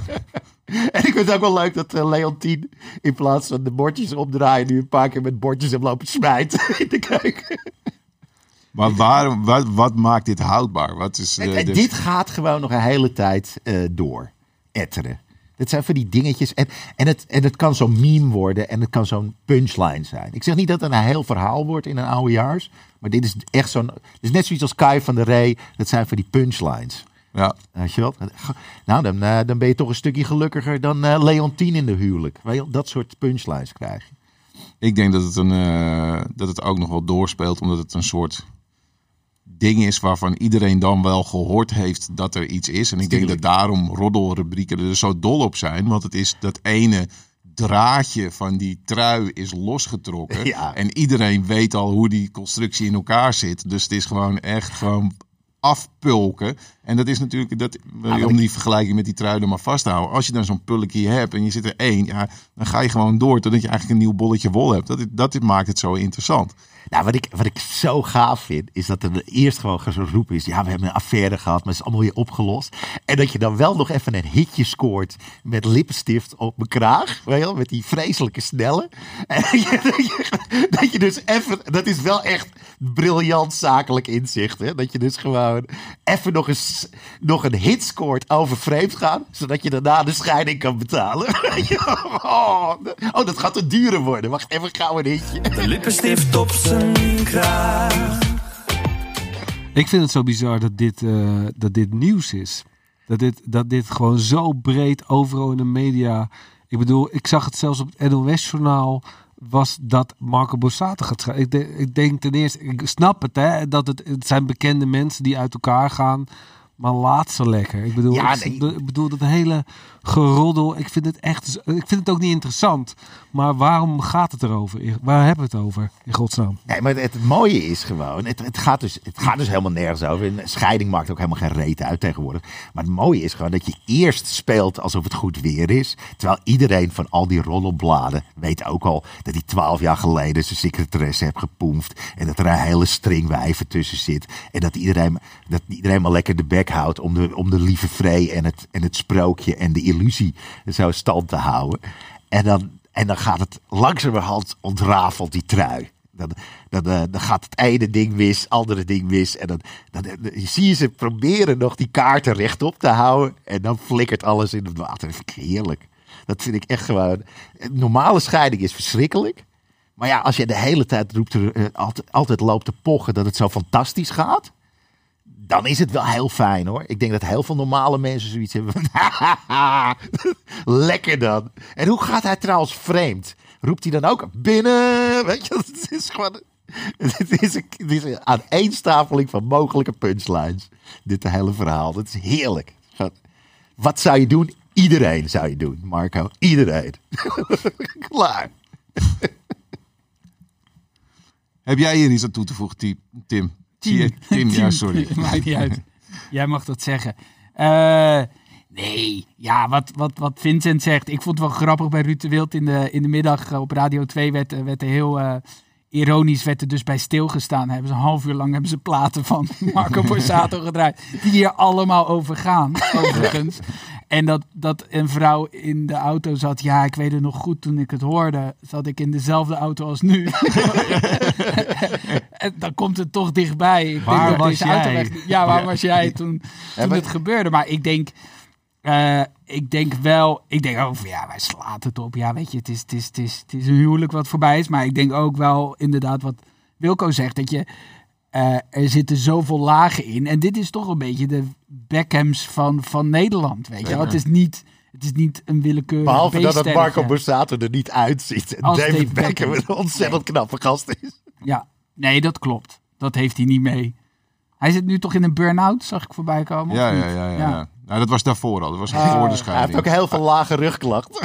En ik vind het ook wel leuk dat uh, Leontien in plaats van de bordjes opdraaien nu een paar keer met bordjes hebben lopen smijten in de keuken. Maar waar, wat, wat maakt dit houdbaar? Wat is, uh, en, en dus... Dit gaat gewoon nog een hele tijd uh, door. Etteren. Het zijn van die dingetjes. En, en, het, en het kan zo'n meme worden. En het kan zo'n punchline zijn. Ik zeg niet dat het een heel verhaal wordt in een oudejaars. Maar dit is echt zo'n... Het is net zoiets als Kai van der Rey. Dat zijn van die punchlines. Ja. Weet je wel? Nou, dan, uh, dan ben je toch een stukje gelukkiger dan uh, Leontien in de huwelijk. Weet je wel? Dat soort punchlines krijg je. Ik denk dat het, een, uh, dat het ook nog wel doorspeelt. Omdat het een soort ding is waarvan iedereen dan wel gehoord heeft dat er iets is. En ik denk dat daarom roddelrubrieken er zo dol op zijn. Want het is dat ene draadje van die trui is losgetrokken. Ja. En iedereen weet al hoe die constructie in elkaar zit. Dus het is gewoon echt gewoon afpulken. En dat is natuurlijk, dat, ja, om die vergelijking met die trui er maar vast te houden. Als je dan zo'n pulkje hebt en je zit er één, ja, dan ga je gewoon door totdat je eigenlijk een nieuw bolletje wol hebt. Dat, dat maakt het zo interessant. Nou, wat ik, wat ik zo gaaf vind, is dat er eerst gewoon geroepen is, ja, we hebben een affaire gehad, maar het is allemaal weer opgelost. En dat je dan wel nog even een hitje scoort met lippenstift op mijn kraag, weet je wel, met die vreselijke snelle. En dat je, dat je, dat je dus even, dat is wel echt briljant zakelijk inzicht, hè? Dat je dus gewoon even nog, eens, nog een hit scoort over vreemd gaan, zodat je daarna de scheiding kan betalen. Oh, oh, dat gaat te duurder worden. Wacht even, gauw een hitje. De lippenstift op zijn kraag. Ik vind het zo bizar dat dit, uh, dat dit nieuws is. Dat dit, dat dit gewoon zo breed overal in de media. Ik bedoel, ik zag het zelfs op het N O S-journaal. Was dat Marco Borsato gaat schrijven. Ik, de, ik denk ten eerste, ik snap het, hè, dat het, het zijn bekende mensen die uit elkaar gaan. Maar laat ze lekker. Ik bedoel, ja, ik, nee. ik bedoel dat hele geroddel. Ik vind het echt. Ik vind het ook niet interessant. Maar waarom gaat het erover? Waar hebben we het over? In godsnaam. Nee, maar het, het mooie is gewoon. Het, het, gaat dus, het gaat dus helemaal nergens over. Een scheiding maakt ook helemaal geen reet uit tegenwoordig. Maar het mooie is gewoon dat je eerst speelt alsof het goed weer is. Terwijl iedereen van al die roddelbladen weet ook al dat hij twaalf jaar geleden zijn secretaresse heeft gepoemfd. En dat er een hele string wijven tussen zit. En dat iedereen, dat iedereen maar lekker de bek houdt om de, om de lieve vree en het, en het sprookje en de illusie zo stand te houden. En dan, en dan gaat het langzamerhand ontrafeld die trui. Dan, dan, uh, dan gaat het ene ding mis, andere ding mis. En dan, dan, dan, dan zie je ze proberen nog die kaarten rechtop te houden. En dan flikkert alles in het water. Dat vind ik heerlijk. Dat vind ik echt gewoon... Een normale scheiding is verschrikkelijk. Maar ja, als je de hele tijd roept, er, uh, altijd, altijd loopt te pochen dat het zo fantastisch gaat... Dan is het wel heel fijn hoor. Ik denk dat heel veel normale mensen zoiets hebben van... Lekker dan. En hoe gaat hij trouwens vreemd? Roept hij dan ook binnen? Weet je, het is gewoon... Het is een, het is een aaneenstapeling van mogelijke punchlines. Dit hele verhaal. Dat is heerlijk. Wat zou je doen? Iedereen zou je doen, Marco. Iedereen. Klaar. Heb jij hier iets aan toe te voegen, Tim? Tim, Tim, ja, sorry. Maakt niet uit. Jij mag dat zeggen. Uh, nee, ja, wat, wat, wat Vincent zegt. Ik vond het wel grappig bij Ruud de Wild in de, in de middag op Radio twee werd, werd er heel uh, ironisch werd er dus bij stilgestaan. Hebben ze een half uur lang hebben ze platen van Marco Borsato gedraaid. Die hier allemaal over gaan, overigens. En dat, dat een vrouw in de auto zat. Ja, ik weet het nog goed toen ik het hoorde. Zat ik in dezelfde auto als nu. En dan komt het toch dichtbij. Ik waar denk dat was deze jij? auto weg... Ja, waar ja. was jij toen, toen ja, maar... het gebeurde? Maar ik denk... Uh, ik denk wel... Ik denk ook van ja, wij slaat het op. Ja, weet je, het is, het, is, het, is, het is een huwelijk wat voorbij is. Maar ik denk ook wel inderdaad wat Wilco zegt. Dat je... Uh, er zitten zoveel lagen in. En dit is toch een beetje de Beckhams van, van Nederland. Weet je? Ja. Het is niet, het is niet een willekeurig Behalve dat het Marco Borsato er niet uitziet. En David Dave Beckham Beckham. een ontzettend nee. knappe gast is. Ja, nee, dat klopt. Dat heeft hij niet mee. Hij zit nu toch in een burn-out, zag ik voorbij komen. Ja, ja, ja, ja, ja. ja. Nou, dat was daarvoor al. Dat was uh, voor de scheiding. Hij heeft ook heel veel lage rugklachten.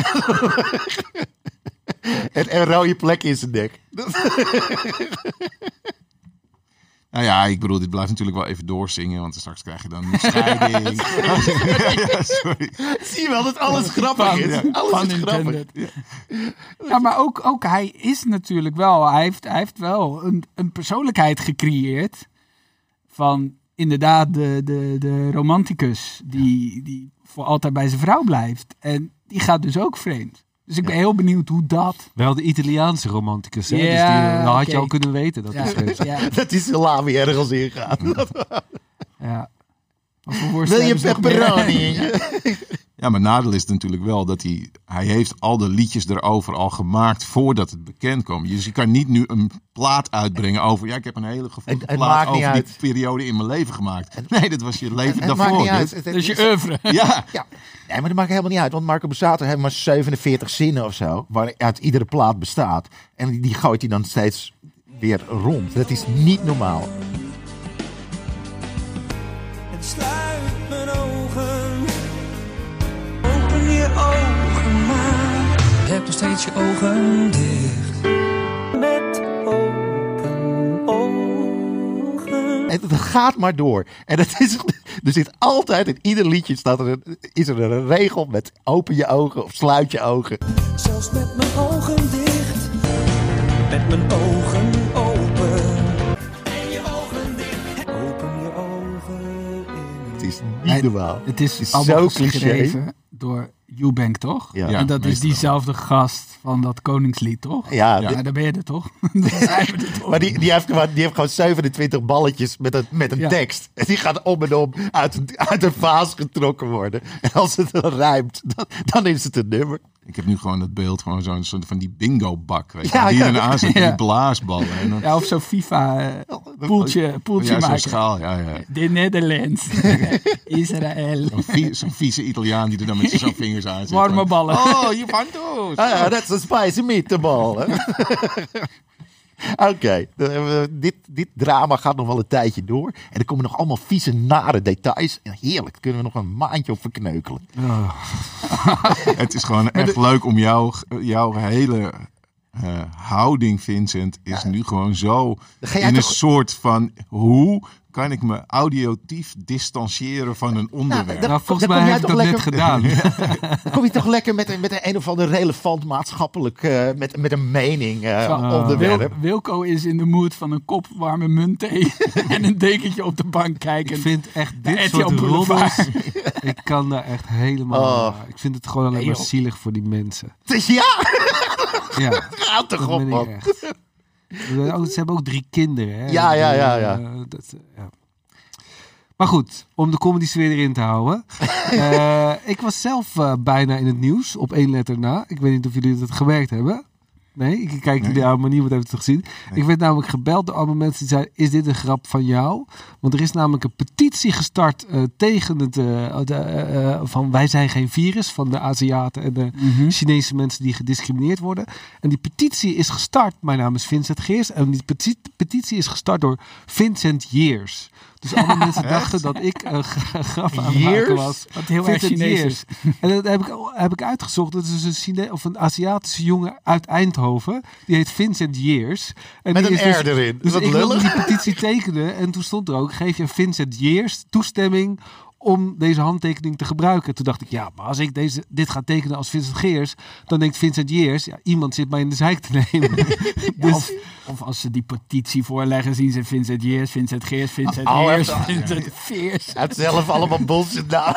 en, en rode plekken in zijn nek. Nou ja, ik bedoel, dit blijft natuurlijk wel even doorzingen, want straks krijg je dan een scheiding. ja, sorry. Zie je wel dat alles grappig is? Ja. Alles is grappig. Ja. ja, maar ook, ook hij is natuurlijk wel, hij heeft, hij heeft wel een, een persoonlijkheid gecreëerd van inderdaad de, de, de romanticus die, die voor altijd bij zijn vrouw blijft. En die gaat dus ook vreemd. Dus ik ben ja. heel benieuwd hoe dat... Wel de Italiaanse romanticus, hè? Ja, dus die, dat had okay. je al kunnen weten. Dat, ja. is ja. dat die salami ergens ingaat. Ja. Wil je pepperoni? Ja, maar nadeel is het natuurlijk wel dat hij... Hij heeft al de liedjes erover al gemaakt voordat het bekend kwam. Dus je kan niet nu een plaat uitbrengen over... Ja, ik heb een hele gevoelige plaat over die periode in mijn leven gemaakt. Nee, dat was je leven het, daarvoor. Het maakt niet uit. Dat is je oeuvre. Ja. ja. Nee, maar dat maakt helemaal niet uit. Want Marco Borsato heeft maar zevenenveertig zinnen of zo. Waaruit iedere plaat bestaat. En die gooit hij dan steeds weer rond. Dat is niet normaal. En sluit mijn ogen. Open je ogen maar. Je hebt nog steeds je ogen dicht. Met open ogen. En het gaat maar door. En het is, er zit altijd in ieder liedje staat er een, is er een regel met open je ogen of sluit je ogen. Zelfs met mijn ogen dicht. Met mijn ogen open. En je ogen dicht. Open je ogen. Het is niet normaal. Het is, het is allemaal zo geschreven door Eubank, toch? Ja. En dat Ja, is diezelfde gast van dat Koningslied, toch? Ja, ja dit, daar ben je er toch? er toch? maar die, die, heeft gewoon, die heeft gewoon zevenentwintig balletjes met een, met een ja. tekst. En die gaat om en om uit een, uit een vaas getrokken worden. En als het dan rijmt, dan, dan is het een nummer. Ik heb nu gewoon het beeld gewoon zo'n soort van die bingo-bak. Weet je, ja, die ja. er aan zit, ja. die blaasballen. En dan... Ja, of zo'n FIFA uh, poeltje, poeltje ja, maken. Zo'n schaal, ja, ja. De Netherlands. Israël. Zo'n vie, zo'n vieze Italiaan die er dan met zijn vingers aan zit. Warme ballen. Oh, Juventus. Ah, ja, dat is een spicy meatball. Oké, okay. uh, dit, dit drama gaat nog wel een tijdje door. En er komen nog allemaal vieze, nare details. En heerlijk, daar kunnen we nog een maandje op verkneukelen. Oh. Het is gewoon echt de... leuk om jou, jouw hele uh, houding, Vincent, is ja. nu gewoon zo in een toch... soort van... hoe kan ik me audiotief distancieren van een onderwerp? Nou, nou, volgens mij heb ik dat lekker... net gedaan. Dan kom je toch lekker met een, met een, een of ander relevant maatschappelijk... Uh, met, met een mening uh, uh, onderwerp. Wil, Wilco is in de mood van een kop warme muntthee en een dekentje op de bank kijken. Ik vind echt dit soort roddels... ik kan daar echt helemaal... Oh. Uh, ik vind het gewoon alleen maar zielig voor die mensen. Dus ja! Ja, houd toch op, man. Oh, ze hebben ook drie kinderen. Hè? Ja, ja, ja, ja. Uh, dat, uh, ja. Maar goed, om de comedy sfeer erin te houden. uh, ik was zelf uh, bijna in het nieuws, op één letter na. Ik weet niet of jullie dat gemerkt hebben. Nee, ik kijk nee. jullie aan, maar niemand heeft het gezien. Nee. Ik werd namelijk gebeld door allemaal mensen die zeiden, is dit een grap van jou? Want er is namelijk een petitie gestart uh, tegen het, uh, de, uh, van wij zijn geen virus, van de Aziaten en de Mm-hmm. Chinese mensen die gediscrimineerd worden. En die petitie is gestart, mijn naam is Vincent Geers, en die peti- petitie is gestart door Vincent Years. Dus alle mensen dachten dat ik een uh, grap aan het maken was. Wat heel erg Vincent Chinees Years. is. En dat heb ik, heb ik uitgezocht. Dat is dus een, Chine- of een Aziatische jongen uit Eindhoven. Die heet Vincent Years. En Met die een is R erin. Dus Wat ik wilde lullig. die petitie tekenen. En toen stond er ook, geef je Vincent Years toestemming om deze handtekening te gebruiken. Toen dacht ik, ja, maar als ik deze, dit ga tekenen als Vincent Geers, dan denkt Vincent Years, ja, iemand zit mij in de zeik te nemen. Ja, dus, of, of als ze die petitie voorleggen, zien ze Vincent Years, Vincent Geers, Vincent Oh, Years, echt? Vincent Veers. Hij heeft zelf allemaal bullshit nou.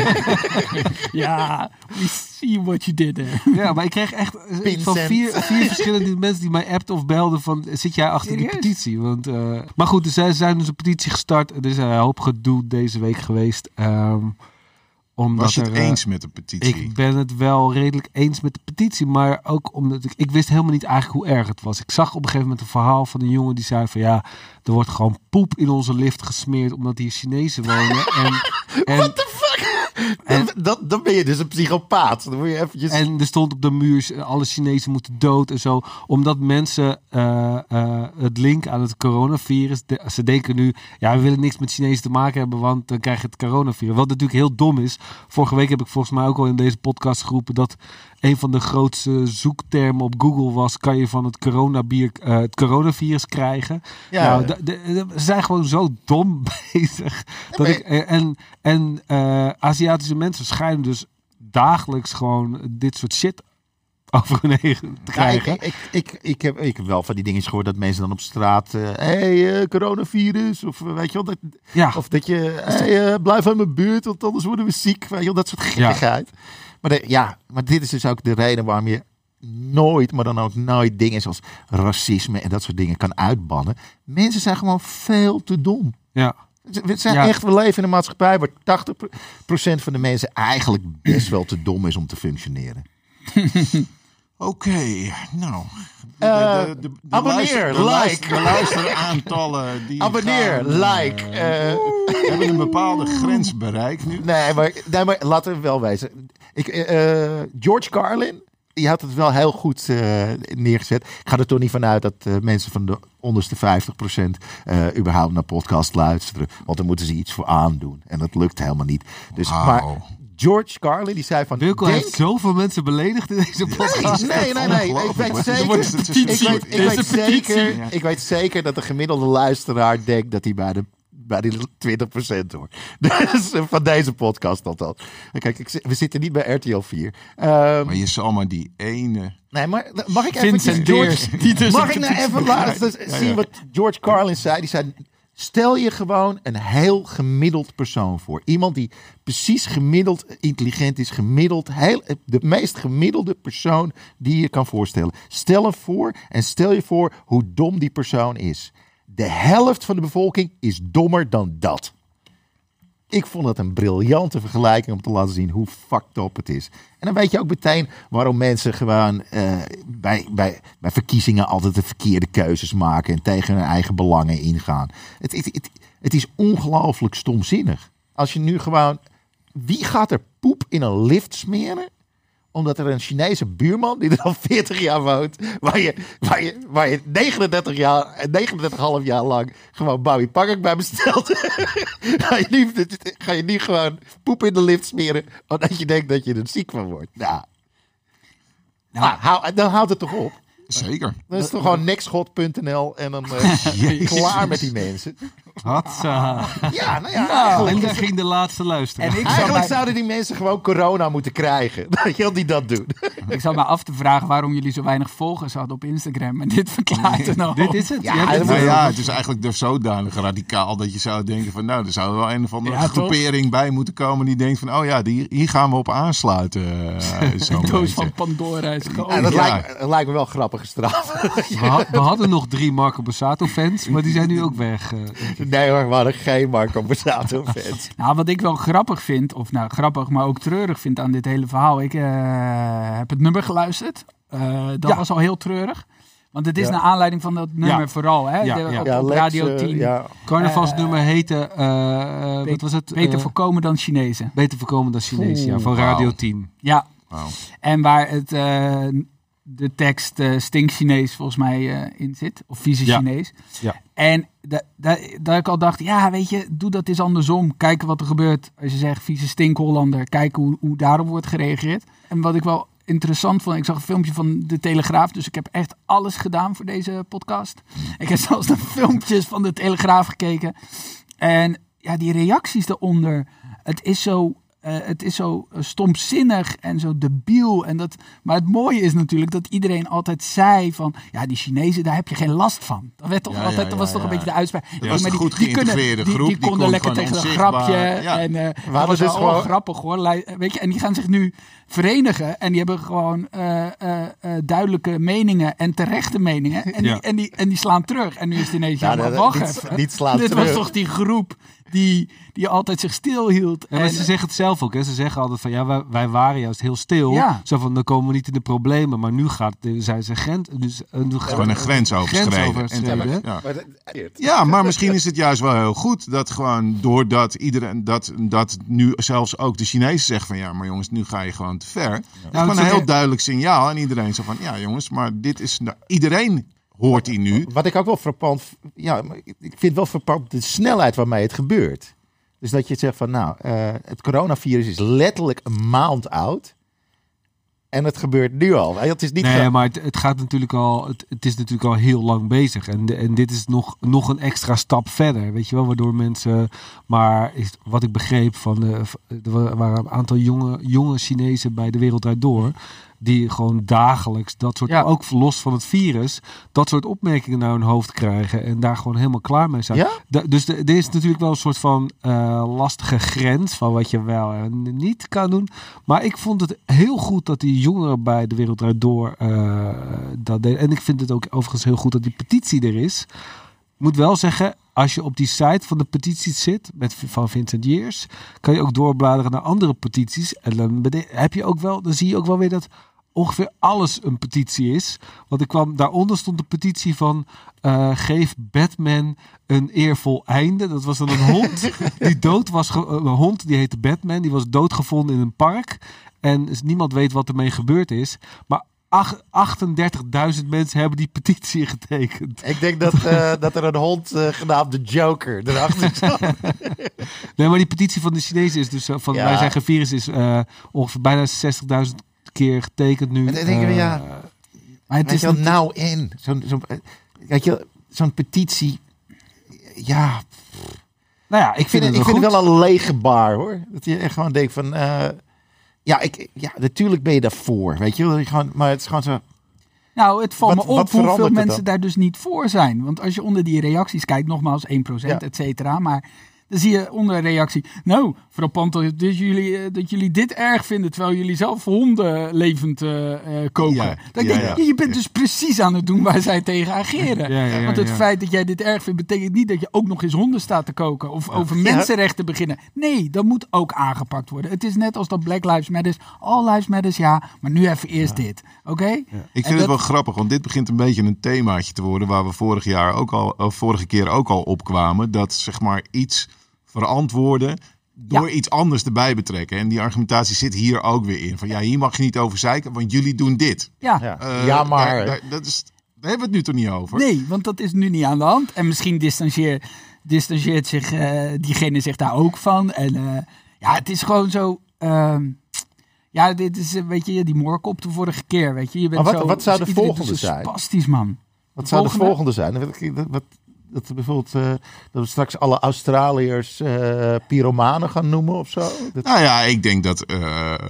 Ja, we see what you did there. ja, maar ik kreeg echt eh, iets van Vincent. vier, vier verschillende mensen die mij appten of belden van, zit jij achter die Serieus? petitie? Want, uh, maar goed, dus zij zijn dus een petitie gestart. Er is een hoop gedoe deze week geweest. Um, omdat Was je het er, uh, eens met de petitie? Ik ben het wel redelijk eens met de petitie, maar ook omdat ik, ik wist helemaal niet eigenlijk hoe erg het was. Ik zag op een gegeven moment een verhaal van een jongen die zei van ja, er wordt gewoon poep in onze lift gesmeerd omdat hier Chinezen wonen. en, en, What the fuck? En, dat, dan ben je dus een psychopaat. Dan moet je eventjes... En er stond op de muur, alle Chinezen moeten dood en zo. Omdat mensen uh, uh, het link aan het coronavirus, de, ze denken nu, ja, we willen niks met Chinezen te maken hebben, want dan krijg je het coronavirus. Wat natuurlijk heel dom is. Vorige week heb ik volgens mij ook al in deze podcast geroepen dat een van de grootste zoektermen op Google was, kan je van het, coronabier, uh, het coronavirus krijgen. Ja, nou, ja. de, de, de, ze zijn gewoon zo dom bezig. Dat ik, en en uh, Aziatische mensen schijnen dus dagelijks gewoon dit soort shit over hun heen te Ja, krijgen. ik, ik, ik, ik, heb, ik heb wel van die dingen gehoord dat mensen dan op straat, hé, uh, hey, uh, coronavirus, of uh, weet je wel, dat, Ja. of dat je, hey, uh, blijf uit mijn buurt, want anders worden we ziek, weet je wel, dat soort gekkigheid. Ja. Maar, de, ja, maar dit is dus ook de reden waarom je nooit, maar dan ook nooit dingen zoals racisme en dat soort dingen kan uitbannen. Mensen zijn gewoon veel te dom. Ja. We, zijn Ja. echt, we leven in een maatschappij waar tachtig procent van de mensen eigenlijk best wel te dom is om te functioneren. Oké, okay, nou. De, Uh, de, de, de abonneer, luister, de like. luister, de luisteraantallen die Abonneer, gaan, like. Uh, Uh, we hebben een bepaalde grens bereikt nu. Nee, maar, nee, maar laten we wel wezen. Ik, uh, George Carlin, die had het wel heel goed uh, neergezet. Ik ga er toch niet vanuit dat uh, mensen van de onderste vijftig procent uh, überhaupt naar podcast luisteren. Want dan moeten ze iets voor aandoen. En dat lukt helemaal niet. Dus, Wow. maar George Carlin, die zei van... Wilco denk... heeft zoveel mensen beledigd in deze podcast. Nee, nee, nee. Ik Ongelooflijk, weet hoor. zeker, wordt het ik tussen- weet, ik Er is weet een petitie. zeker, Ja. ik weet zeker dat de gemiddelde luisteraar denkt dat hij bij de bij die twintig procent hoort. Dus van deze podcast althans. Kijk, ik, we zitten niet bij R T L vier. Um, Maar je zal maar die ene... nee, maar mag ik even Vincent George, Deers. mag ik nou even laten Ja, ja. zien wat George Carlin zei? Die zei, stel je gewoon een heel gemiddeld persoon voor. Iemand die precies gemiddeld intelligent is. Gemiddeld, heel, de meest gemiddelde persoon die je kan voorstellen. Stel hem voor en stel je voor hoe dom die persoon is. De helft van de bevolking is dommer dan dat. Ik vond het een briljante vergelijking om te laten zien hoe fucked up het is. En dan weet je ook meteen waarom mensen gewoon uh, bij, bij, bij verkiezingen altijd de verkeerde keuzes maken en tegen hun eigen belangen ingaan. Het, het, het, het is ongelooflijk stomzinnig. Als je nu gewoon... Wie gaat er poep in een lift smeren? Omdat er een Chinese buurman, die er al veertig jaar woont, waar je, waar je, waar je negenendertig jaar, negenendertig komma vijf jaar lang gewoon Bowie Pakkak bij bestelt. ga, je nu, ga je nu gewoon poep in de lift smeren, omdat je denkt dat je er ziek van wordt. Nou, Nou, ah, hou, dan houdt het toch op. Zeker. Dan is het toch gewoon nekschot punt n l en dan uh, klaar met die mensen. Hatsa. Ja, nou ja, Nou, eigenlijk, En daar ging de laatste luisteren. En ik zou, eigenlijk mij, zouden die mensen gewoon corona moeten krijgen. Dat je wel die dat doen. ik zou mij af te vragen waarom jullie zo weinig volgers hadden op Instagram. En dit verklaart het nou. Dit is het. Ja, Ja, dat dit Nou is ja, het. het is eigenlijk dus zodanig radicaal dat je zou denken van nou, er zou er wel een of andere Ja, toch? groepering bij moeten komen die denkt van oh ja, die, hier gaan we op aansluiten. Uh, zo'n De doos beetje. van Pandora is Ja, geopend. dat, Ja. lijkt, dat lijkt me wel een grappige straf. We, had- we hadden nog drie Marco Borsato fans, maar die zijn nu ook weg. eh. Nee hoor, we hadden geen Marco Borsato fans. Nou, wat ik wel grappig vind, of nou grappig, maar ook treurig vind aan dit hele verhaal. Ik uh, heb het nummer geluisterd. Uh, dat Ja. was al heel treurig. Want het is Ja. naar aanleiding van dat nummer Ja. vooral. Hè? Ja, De- ja. Op, Ja, op Lex, Radio eh, tien. ja. Carnavalsnummer heette, eh, eh, wat was het? Beter Eh, voorkomen dan Chinezen. Beter voorkomen dan Chinees, ja, Oeh, van wauw. Radio tien. Ja, Wauw. en waar het, uh, de tekst uh, stink Chinees volgens mij uh, in zit. Of vieze Ja. Chinees. Ja. En da, da, dat ik al dacht, ja weet je, doe dat eens andersom. Kijken wat er gebeurt. Als je zegt vieze stink Hollander. Kijken hoe, hoe daarop wordt gereageerd. En wat ik wel interessant vond. Ik zag een filmpje van de Telegraaf. Dus ik heb echt alles gedaan voor deze podcast. Ik heb zelfs naar filmpjes van de Telegraaf gekeken. En ja, die reacties daaronder. Het is zo... Uh, het is zo uh, stomzinnig en zo debiel. En dat, maar het mooie is natuurlijk dat iedereen altijd zei van... Ja, die Chinezen, daar heb je geen last van. Dat, werd toch Ja, altijd, ja, dat was ja, toch een ja. beetje de uitspraak. Dat was een goed geïntegreerde die, groep, Die, die konden kon lekker gewoon tegen een onzichtbaar, grapje. ja. En uh, dat hadden was dus wel gewoon- grappig hoor. Lij- Weet je, en die gaan zich nu verenigen. En die hebben gewoon uh, uh, uh, duidelijke meningen en terechte meningen. En, Ja. die, en, die, en die slaan terug. En nu is het ineens, ja, Ja, maar dat- wacht niet- even. niet slaan Dit terug. was toch die groep die, die altijd zich stilhield. Ja, maar En- ze zeggen het zelf ook. Hè. Ze zeggen altijd van ja, wij, wij waren juist heel stil. Ja. Zo van dan komen we niet in de problemen. Maar nu gaat de, zijn ze grens. Dus, uh, nu gaat Gewoon een grens overschreden. Grens En overschreden. terecht, ja. Maar dat- Ja, maar misschien is het juist wel heel goed dat gewoon doordat iedereen dat, dat nu zelfs ook de Chinezen zeggen van ja, maar jongens, nu ga je gewoon te ver. Dat is gewoon het een is heel ook- duidelijk signaal en iedereen zo van ja, jongens, maar dit is nou, iedereen hoort die nu. Wat ik ook wel frappant... Ja, maar ik ik vind wel frappant de snelheid waarmee het gebeurt. Dus dat je zegt van nou, uh, het coronavirus is letterlijk een maand oud. En het gebeurt nu al. Het is niet Nee, zo- maar het, het gaat natuurlijk al. Het, het is natuurlijk al heel lang bezig. En, de- en dit is nog, nog een extra stap verder. Weet je wel, waardoor mensen. Maar is, wat ik begreep van de. Er waren een aantal jonge, jonge Chinezen bij de Wereld Draait Door. Die gewoon dagelijks dat soort. Ja. Ook los van het virus. Dat soort opmerkingen naar hun hoofd krijgen. En daar gewoon helemaal klaar mee zijn. Ja? Da- dus de- er is natuurlijk wel een soort van uh, lastige grens. Van wat je wel en niet kan doen. Maar ik vond het heel goed dat die jongeren bij de Wereld Draait Door uh, dat deden. En ik vind het ook overigens heel goed dat die petitie er is. Ik moet wel zeggen, als je op die site van de petities zit, met, van Vincent Years, kan je ook doorbladeren naar andere petities. En dan bede- heb je ook wel, dan zie je ook wel weer dat ongeveer alles een petitie is. Want ik kwam, daaronder stond de petitie van uh, geef Batman een eervol einde. Dat was dan een hond die dood was. Ge- een hond die heette Batman. Die was doodgevonden in een park. En dus niemand weet wat ermee gebeurd is. Maar ach- achtendertigduizend mensen hebben die petitie getekend. Ik denk dat, uh, dat er een hond uh, genaamd de Joker erachter zat. Nee, maar die petitie van de Chinezen is dus uh, van Ja. wij zeggen virus is uh, ongeveer bijna zestigduizend keer getekend nu. En dan denken we, Uh, ja, maar het Weet is je wel, niet- nou in. Zo'n zo'n weet je, zo'n petitie. Ja, Nou ja, ik ik vind, vind, het ik wel vind goed. het wel een lege bar hoor. Dat je echt gewoon denkt van. Uh, ja, ik, ja, natuurlijk ben je daarvoor. Weet je wel. Je gewoon, maar het is gewoon zo. Nou, het valt Wat- me op wat hoeveel verandert het mensen dan? daar dus niet voor zijn. Want als je onder die reacties kijkt, nogmaals één procent, Ja. et cetera. Maar dan zie je onder een reactie, nou, frappant dat jullie, eh, dat jullie dit erg vinden, terwijl jullie zelf honden levend uh, uh, koken. Ja, Dan ja, denk ja. je, je bent dus precies aan het doen waar zij tegen ageren. Ja, ja, ja, Want het ja. feit dat jij dit erg vindt, betekent niet dat je ook nog eens honden staat te koken. Of over mensenrechten beginnen. Nee, dat moet ook aangepakt worden. Het is net als dat Black Lives Matter. All Lives Matter, ja, maar nu even eerst dit. Oké? Ik En vind het dat- wel grappig, want dit begint een beetje een themaatje te worden waar we vorig jaar ook al, of vorige keer ook al opkwamen. Dat zeg maar iets verantwoorden door Ja. iets anders erbij betrekken. En die argumentatie zit hier ook weer in. Van ja, hier mag je niet over zeiken, want jullie doen dit. Ja. Ja, Eh, ja maar. Daar, daar- dat is, daar hebben we het nu toch niet over? Nee, want dat is nu niet aan de hand. En misschien distancieer, distancieert zich uh, diegene zich daar ook van. En uh, ja, het is gewoon zo. Uh, ja, dit is, uh, weet je, die moorkop de vorige keer. Weet je, je bent Maar wat- zo, wat zou de iedereen volgende is zo zijn? Spastisch, man. Wat zou de volgende? volgende zijn? Wat, wat, dat we bijvoorbeeld uh, dat we straks alle Australiërs uh, pyromanen gaan noemen of zo? Dat... Nou ja, ik denk dat uh,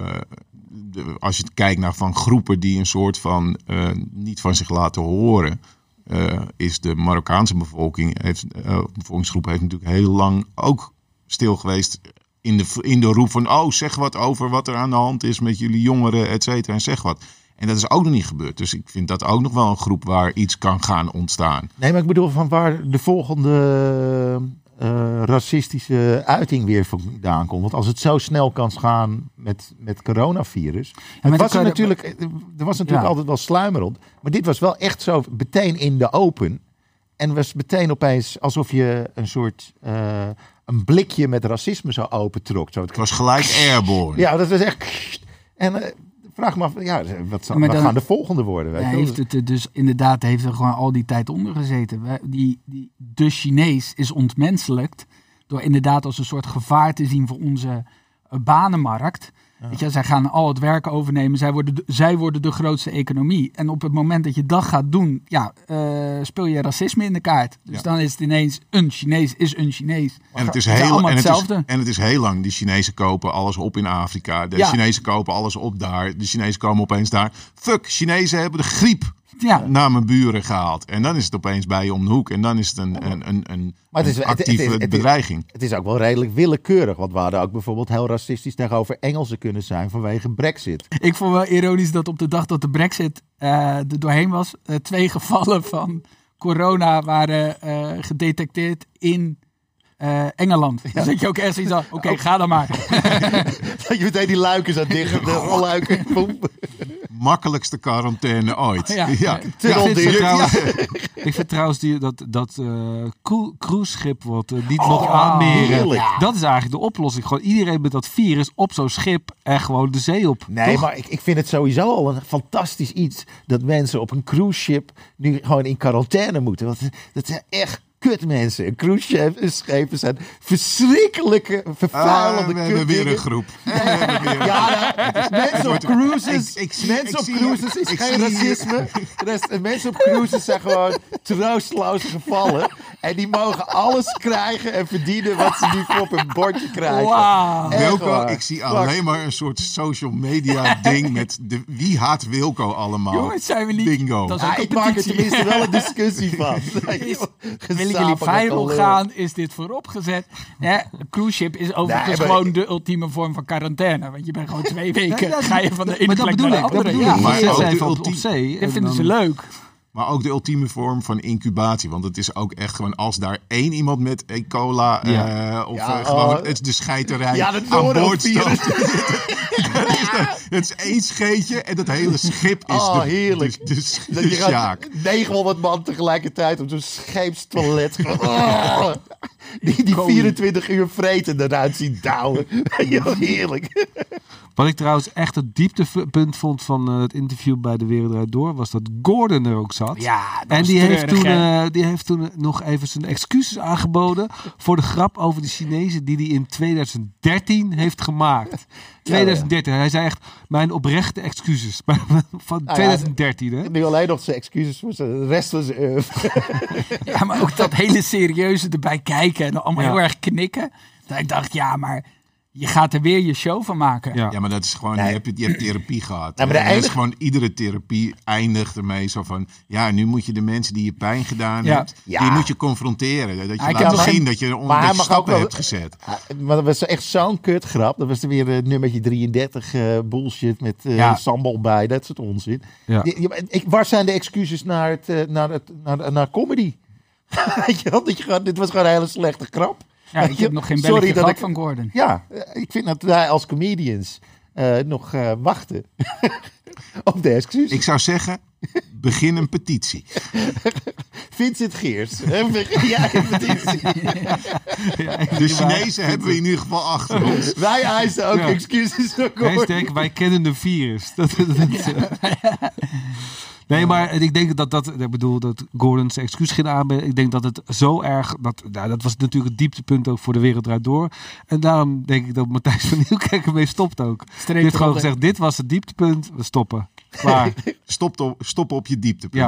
de, als je kijkt naar van groepen die een soort van uh, niet van zich laten horen, uh, is de Marokkaanse bevolking, heeft, uh, bevolkingsgroep heeft natuurlijk heel lang ook stil geweest in de, in de roep van oh, zeg wat over wat er aan de hand is met jullie jongeren, et cetera, en zeg wat. En dat is ook nog niet gebeurd. Dus ik vind dat ook nog wel een groep waar iets kan gaan ontstaan. Nee, maar ik bedoel van waar de volgende uh, racistische uiting weer vandaan komt. Want als het zo snel kan gaan met, met coronavirus. Ja, het was er, natuurlijk, er was natuurlijk ja. altijd wel sluimer rond. Maar dit was wel echt zo meteen in de open. En was meteen opeens alsof je een soort... Uh, een blikje met racisme zo opentrok. Zo. Het was gelijk airborne. Ja, dat was echt... En... Uh, Vraag me af, ja, wat, zal, ja, wat dan, gaan de volgende worden? Weet ja, heeft het er dus inderdaad heeft er gewoon al die tijd onder gezeten. Die, die, de Chinees is ontmenselijkt door inderdaad als een soort gevaar te zien voor onze uh, banenmarkt. Ja. Weet je, zij gaan al het werk overnemen. Zij worden, de, zij worden de grootste economie. En op het moment dat je dat gaat doen, ja, uh, speel je racisme in de kaart. Dus ja. dan is het ineens een Chinees is een Chinees. En het is, het heel, en het is, en het is heel lang. Die Chinezen kopen alles op in Afrika. De ja. Chinezen kopen alles op daar. De Chinezen komen opeens daar. Fuck, Chinezen hebben de griep ja. naar mijn buren gehaald. En dan is het opeens bij je om de hoek. En dan is het een, een, een, een, maar het is, een actieve het, het, het, bedreiging. Het is ook wel redelijk willekeurig. Want we hadden ook bijvoorbeeld heel racistisch tegenover Engelsen kunnen zijn vanwege Brexit. Ik vond wel ironisch dat op de dag dat de Brexit uh, er doorheen was, uh, twee gevallen van corona waren uh, gedetecteerd in uh, Engeland. Ja. Dus dat je ook echt zoiets had, oké, okay, ga dan maar. Dat je meteen die luiken zo dicht, de rolluiken. Makkelijkste quarantaine ooit. Ja, ja. ja. Ik, vind trouwens, ik vind trouwens die, dat, dat uh, cruiseschip wat uh, niet oh, nog aanmeren. Ja. Dat is eigenlijk de oplossing. Gewoon iedereen met dat virus op zo'n schip en gewoon de zee op. Nee, toch? maar ik, ik vind het sowieso al een fantastisch iets dat mensen op een cruiseschip nu gewoon in quarantaine moeten. Want dat zijn echt kut mensen. Cruiseschepen zijn verschrikkelijke, vervuilende ah, we hebben weer een groep. We hebben weer een ja, nou, mensen op cruises, ik, ik, mensen ik, op ik cruises zie, is ik geen racisme. Rest, mensen op cruises zijn gewoon troosteloze gevallen. En die mogen alles krijgen en verdienen wat ze nu op hun bordje krijgen. Wow. Wilco, waar. Ik zie alleen maar een soort social media ding met de, wie haat Wilco allemaal. Jongens, zijn we niet... Bingo. Dat is ja, ik maak er tenminste wel een discussie van. Willen jullie viral gaan? Is dit vooropgezet? Ja, een cruise ship is overigens nee, gewoon ik... de ultieme vorm van quarantaine. Want je bent gewoon twee weken, ja, ja, ga je van de ene plek naar de andere. Dat ja, maar ook de op zee. Dat vinden ze leuk. Maar ook de ultieme vorm van incubatie. Want het is ook echt gewoon als daar één iemand met E. cola ja. uh, of ja, uh, gewoon uh, de scheiterij ja, aan boord staat. Het is één scheetje en dat hele schip is oh, de, heerlijk. de, de, de, de sjaak. negenhonderd man tegelijkertijd op zo'n scheepstoilet. Oh, die, die vierentwintig uur vreten eruit zien douwen. Heerlijk. Wat ik trouwens echt het dieptepunt vond van uh, het interview bij De Wereld Draait Door, was dat Gordon er ook zat. Ja, en die heeft, toen, uh, die heeft toen nog even zijn excuses aangeboden voor de grap over de Chinezen die hij in twintig dertien heeft gemaakt. twintig dertien. Ja, ja. Hij zei echt, mijn oprechte excuses. Van nou twintig dertien, ja, hè? Nu alleen nog zijn excuses voor zijn, de rest van zijn oeuvre. Ja, maar ook dat hele serieuze erbij kijken en allemaal ja. heel erg knikken. Dat ik dacht, ja, maar je gaat er weer je show van maken. Ja, ja maar dat is gewoon, nee. je, hebt, je hebt therapie gehad. Ja, maar enige... enige... is gewoon, iedere therapie eindigt ermee zo van, ja, nu moet je de mensen die je pijn gedaan ja. hebt, ja. die moet je confronteren. Dat je hij laat zien geen... dat je onder de stappen wel... hebt gezet. Maar dat was echt zo'n kutgrap. Dat was er weer uh, nummertje drieëndertig uh, bullshit met uh, ja. sambal bij. Dat soort onzin. Ja. Die, ik, waar zijn de excuses naar, het, uh, naar, het, naar, naar comedy? Weet je wel, dat je gewoon, dit was gewoon een hele slechte grap. Ja, ik heb nog geen belletje gehad ik, van Gordon. Ja, ik vind dat wij als comedians uh, nog uh, wachten op de excuses. Ik zou zeggen, begin een petitie. Vincent Geers. Ja, een petitie. Ja, de Chinezen hebben we in ieder geval achter ons. Wij eisen ook ja. excuses voor Gordon. Hashtag, wij kennen de virus. Dat, dat, dat, ja. Nee, maar ik denk dat dat, ik bedoel, dat Gordon zijn excuus ging aanbieden. Ik denk dat het zo erg, dat, nou, dat was natuurlijk het dieptepunt ook voor De Wereld Draait Door. En daarom denk ik dat Matthijs van Nieuwkerk ermee stopt ook. Hij heeft gewoon gezegd, dit was het dieptepunt, we stoppen. Klaar. Stop op, stop op je dieptepunt.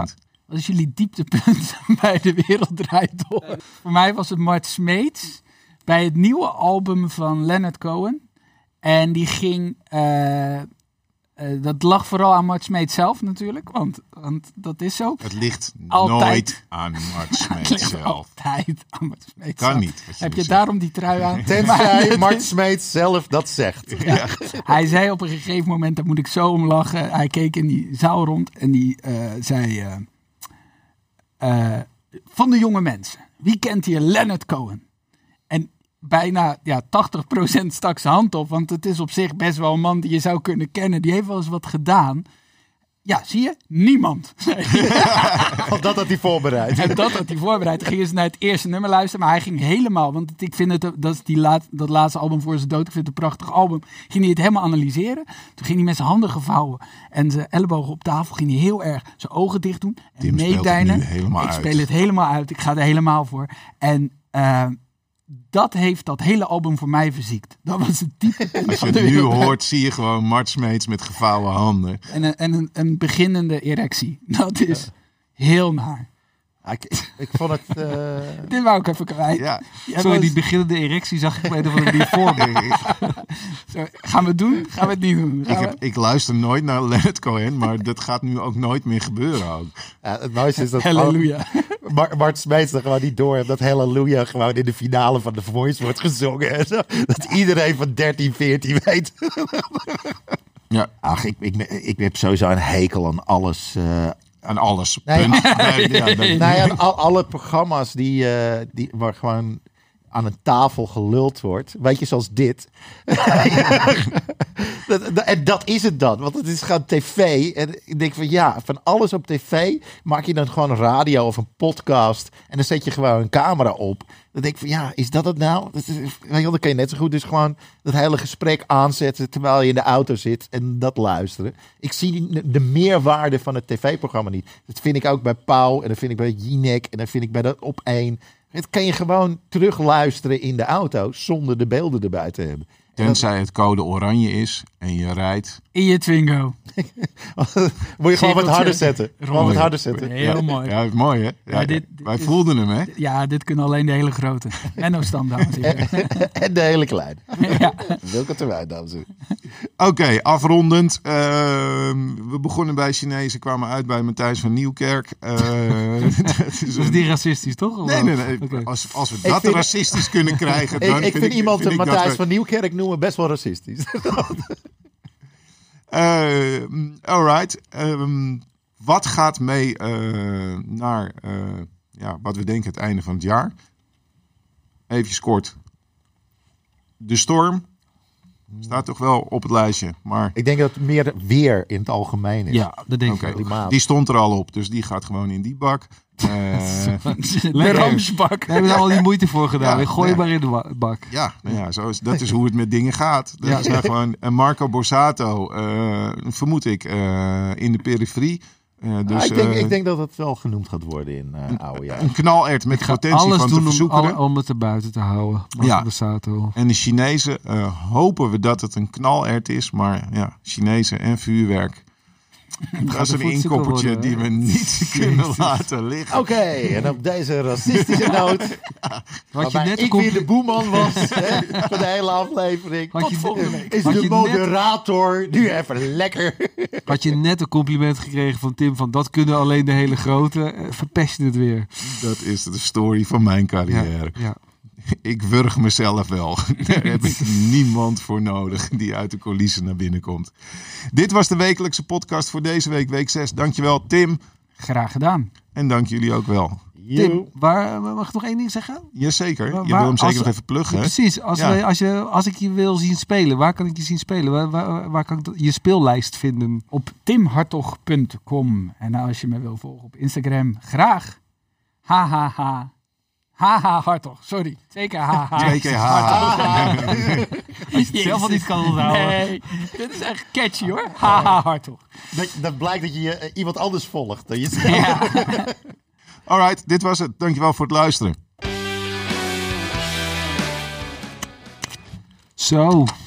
Wat is jullie dieptepunt bij De Wereld Draait Door? Voor mij was het Mart Smeets bij het nieuwe album van Leonard Cohen. En die ging... Uh, uh, dat lag vooral aan Mart Smeets zelf natuurlijk. Want, want dat is zo. Het ligt Altijd. nooit aan Mart Smeets Het ligt zelf. altijd aan Mart Smeets Kan zelf. niet. wat Heb nu je zegt. daarom die trui aan? Tenzij Mart Smeets zelf dat zegt. Ja. Hij zei op een gegeven moment, daar moet ik zo om lachen. Hij keek in die zaal rond en die uh, zei... Uh, uh, van de jonge mensen, wie kent hier Leonard Cohen? En bijna ja, tachtig procent stak zijn hand op. Want het is op zich best wel een man die je zou kunnen kennen. Die heeft wel eens wat gedaan. Ja, zie je? Niemand. Want dat had hij voorbereid. En dat had hij voorbereid. Toen gingen ze naar het eerste nummer luisteren. Maar hij ging helemaal... Want ik vind het... Dat is die laat, dat laatste album voor zijn dood. Ik vind het een prachtig album. Ging hij het helemaal analyseren. Toen ging hij met zijn handen gevouwen. En zijn ellebogen op tafel. Ging hij heel erg zijn ogen dicht doen. En Tim speelt het meedijnen. nu helemaal Ik uit. speel het helemaal uit. Ik ga er helemaal voor. En... Uh, dat heeft dat hele album voor mij verziekt. Dat was het dieptepunt Als je van het De nu Wereld Draait. hoort, zie je gewoon Mart Smeets met gevouwen handen. En, een, en een, een beginnende erectie. Dat is heel naar. Ik, ik vond het... Uh... Dit wou ik even kwijt. Ja. Jij Sorry, was- die beginnende erectie zag ik bij de van die voor me. Zo, gaan we het doen? Gaan we het niet doen? Gaan Ik, we- heb, ik luister nooit naar Leonard Cohen, maar dat gaat nu ook nooit meer gebeuren. Ook. Ja, het mooiste is dat Halleluja. gewoon Mar- Mart Smeets er gewoon niet door heeft dat Halleluja gewoon in de finale van The Voice wordt gezongen. En zo. Dat iedereen van dertien, veertien weet. Ja, Ach, ik, ik, ik heb sowieso een hekel aan alles. Uh, aan alles. Nee. Punt. Nee, ja, dat- nou ja, al, alle programma's die, uh, die, waar gewoon aan een tafel geluld wordt. Weet je, zoals dit. dat, dat, en dat is het dan. Want het is gewoon tv. En ik denk van ja, van alles op tv maak je dan gewoon een radio of een podcast. En dan zet je gewoon een camera op. Dan denk ik van ja, is dat het nou? Dat is, weet je wel, dan kan je net zo goed dus gewoon dat hele gesprek aanzetten terwijl je in de auto zit en dat luisteren. Ik zie de, de meerwaarde van het tv-programma niet. Dat vind ik ook bij Pauw en dat vind ik bij Jinek en dat vind ik bij dat Op één. Het kan je gewoon terugluisteren in de auto zonder de beelden erbij te hebben. Tenzij het code oranje is en je rijdt. In je Twingo. Moet je gewoon wat harder Cirkeltje. zetten. Gewoon wat harder zetten. Heel ja, mooi. Ja, mooi hè? Ja, Ja, dit- dit wij is- voelden hem hè? Ja, dit kunnen alleen de hele grote. Menno Stam, dames en heren. En de hele kleine. Ja. Welke terwijl dan ze. Oké, afrondend. Uh, we begonnen bij Chinezen, kwamen uit bij Matthijs van Nieuwkerk. Uh, dat is Dat is een- niet racistisch, toch? Of Nee, wel? nee, nee. Oké. Als, als we Ik dat vind- racistisch kunnen krijgen, dan Ik, ik vind, iemand vind een ik dat Matthijs we- van Nieuwkerk noemen best wel racistisch. Uh, alright. Um, wat gaat mee uh, naar uh, ja, wat we denken het einde van het jaar? Even kort. De storm staat toch wel op het lijstje. Maar Ik denk dat het meer weer in het algemeen is. Ja, dat denk oké, ik ook. klimaat. die stond er al op. Dus die gaat gewoon in die bak. Uh, De Lekker. Ramsbak. Daar hebben we al die moeite voor gedaan. Ja, Gooi ja. maar in de wa- bak. ja, nou ja zo is, dat is hoe het met dingen gaat. Dat Ja. is nou gewoon uh, Marco Borsato, uh, vermoed ik, uh, in de periferie. Uh, dus, Ah, ik, denk, uh, ik denk dat het wel genoemd gaat worden in uh, oude een jaren. knalert met Ik ga potentie alles van te doen om, verzoekeren. al- om het er buiten te houden. Ja. Ja. Sato. En de Chinezen uh, hopen we dat het een knalert is. Maar ja, Chinezen en vuurwerk. Dat is een een voedsel inkoppertje worden, die hè? we niet kunnen laten liggen. Oké, en op deze racistische noot, Had je waarbij net een ik weer de compli- boeman was hè, van de hele aflevering, Had je, volgende week. is had de je net- moderator nu even lekker. had je net een compliment gekregen van Tim van dat kunnen alleen de hele grote. Eh, Verpest je het weer. Dat is de story van mijn Ja, carrière. ja. Ik wurg mezelf wel. Daar heb ik niemand voor nodig die uit de coulissen naar binnen komt. Dit was de wekelijkse podcast voor deze week, week zes. Dankjewel Tim. Graag gedaan. En dank jullie ook wel. Tim, waar, mag ik nog één ding zeggen? Jazeker. Waar- Je wil hem als- zeker nog even pluggen. Ja, hè? precies. Als, Ja. wij, als, je, als ik je wil zien spelen, waar kan ik je zien spelen? Waar, waar, waar kan ik je speellijst vinden? Op timhartog punt com. En als je me wil volgen op Instagram, graag. Ha ha ha. Haha Hartog. Sorry. Twee keer haha. Twee keer ha. Als je het zelf al niet kan onthouden. Nee, dit is echt catchy hoor. Haha Hartog. Dat, dat blijkt dat je uh, iemand anders volgt dan jezelf. Ja. Alright, dit was het. Dankjewel voor het luisteren. Zo.